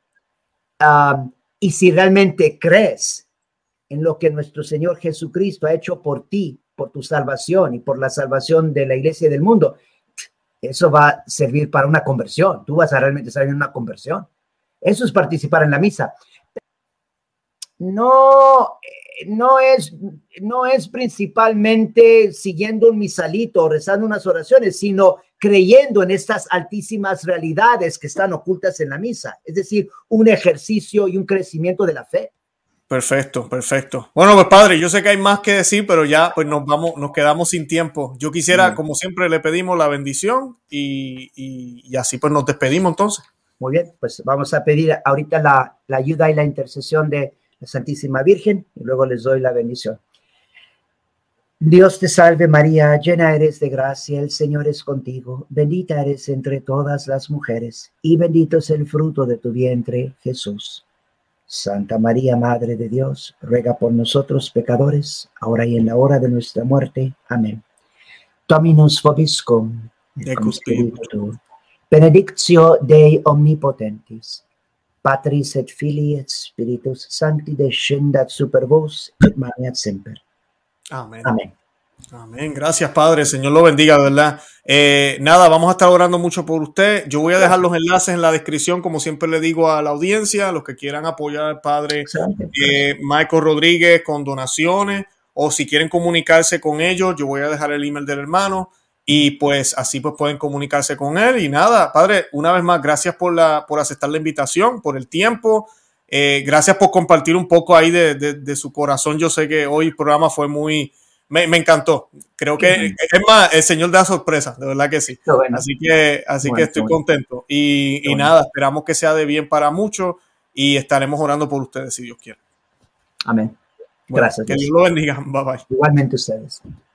Um, y si realmente crees en lo que nuestro Señor Jesucristo ha hecho por ti, por tu salvación y por la salvación de la iglesia y del mundo, eso va a servir para una conversión. Tú vas a realmente salir en una conversión. Eso es participar en la misa. No, no es, no es principalmente siguiendo un misalito o rezando unas oraciones, sino creyendo en estas altísimas realidades que están ocultas en la misa. Es decir, un ejercicio y un crecimiento de la fe. Perfecto, perfecto. Bueno, pues padre, yo sé que hay más que decir, pero ya pues nos vamos, nos quedamos sin tiempo. Yo quisiera, bien, como siempre, le pedimos la bendición y, y, y así pues nos despedimos entonces. Muy bien, pues vamos a pedir ahorita la, la ayuda y la intercesión de la Santísima Virgen y luego les doy la bendición. Dios te salve María, llena eres de gracia, el Señor es contigo, bendita eres entre todas las mujeres y bendito es el fruto de tu vientre, Jesús. Santa María, Madre de Dios, ruega por nosotros pecadores, ahora y en la hora de nuestra muerte. Amén. Dominus vobiscum, et cum spiritu tuo, benedictio Dei omnipotentis, Patris et Filii et Spiritus Sancti descendat super vos et maneat semper. Amén. Amén. Amén. Gracias, Padre. Señor lo bendiga, de verdad. Eh, nada, vamos a estar orando mucho por usted. Yo voy a dejar los enlaces en la descripción, como siempre le digo a la audiencia, a los que quieran apoyar al Padre eh, Michael Rodríguez con donaciones, o si quieren comunicarse con ellos, yo voy a dejar el email del hermano y pues así pues pueden comunicarse con él. Y nada, Padre, una vez más, gracias por, la, por aceptar la invitación, por el tiempo. Eh, gracias por compartir un poco ahí de, de, de su corazón. Yo sé que hoy el programa fue muy... Me, me encantó. Creo que, es más, el Señor da sorpresa, de verdad que sí. Bueno. Así que, así bueno, que estoy bueno. contento. Y, y bueno. nada, esperamos que sea de bien para muchos y estaremos orando por ustedes si Dios quiere. Amén. Bueno, gracias. Que Dios lo bendiga. Bye bye. Igualmente ustedes.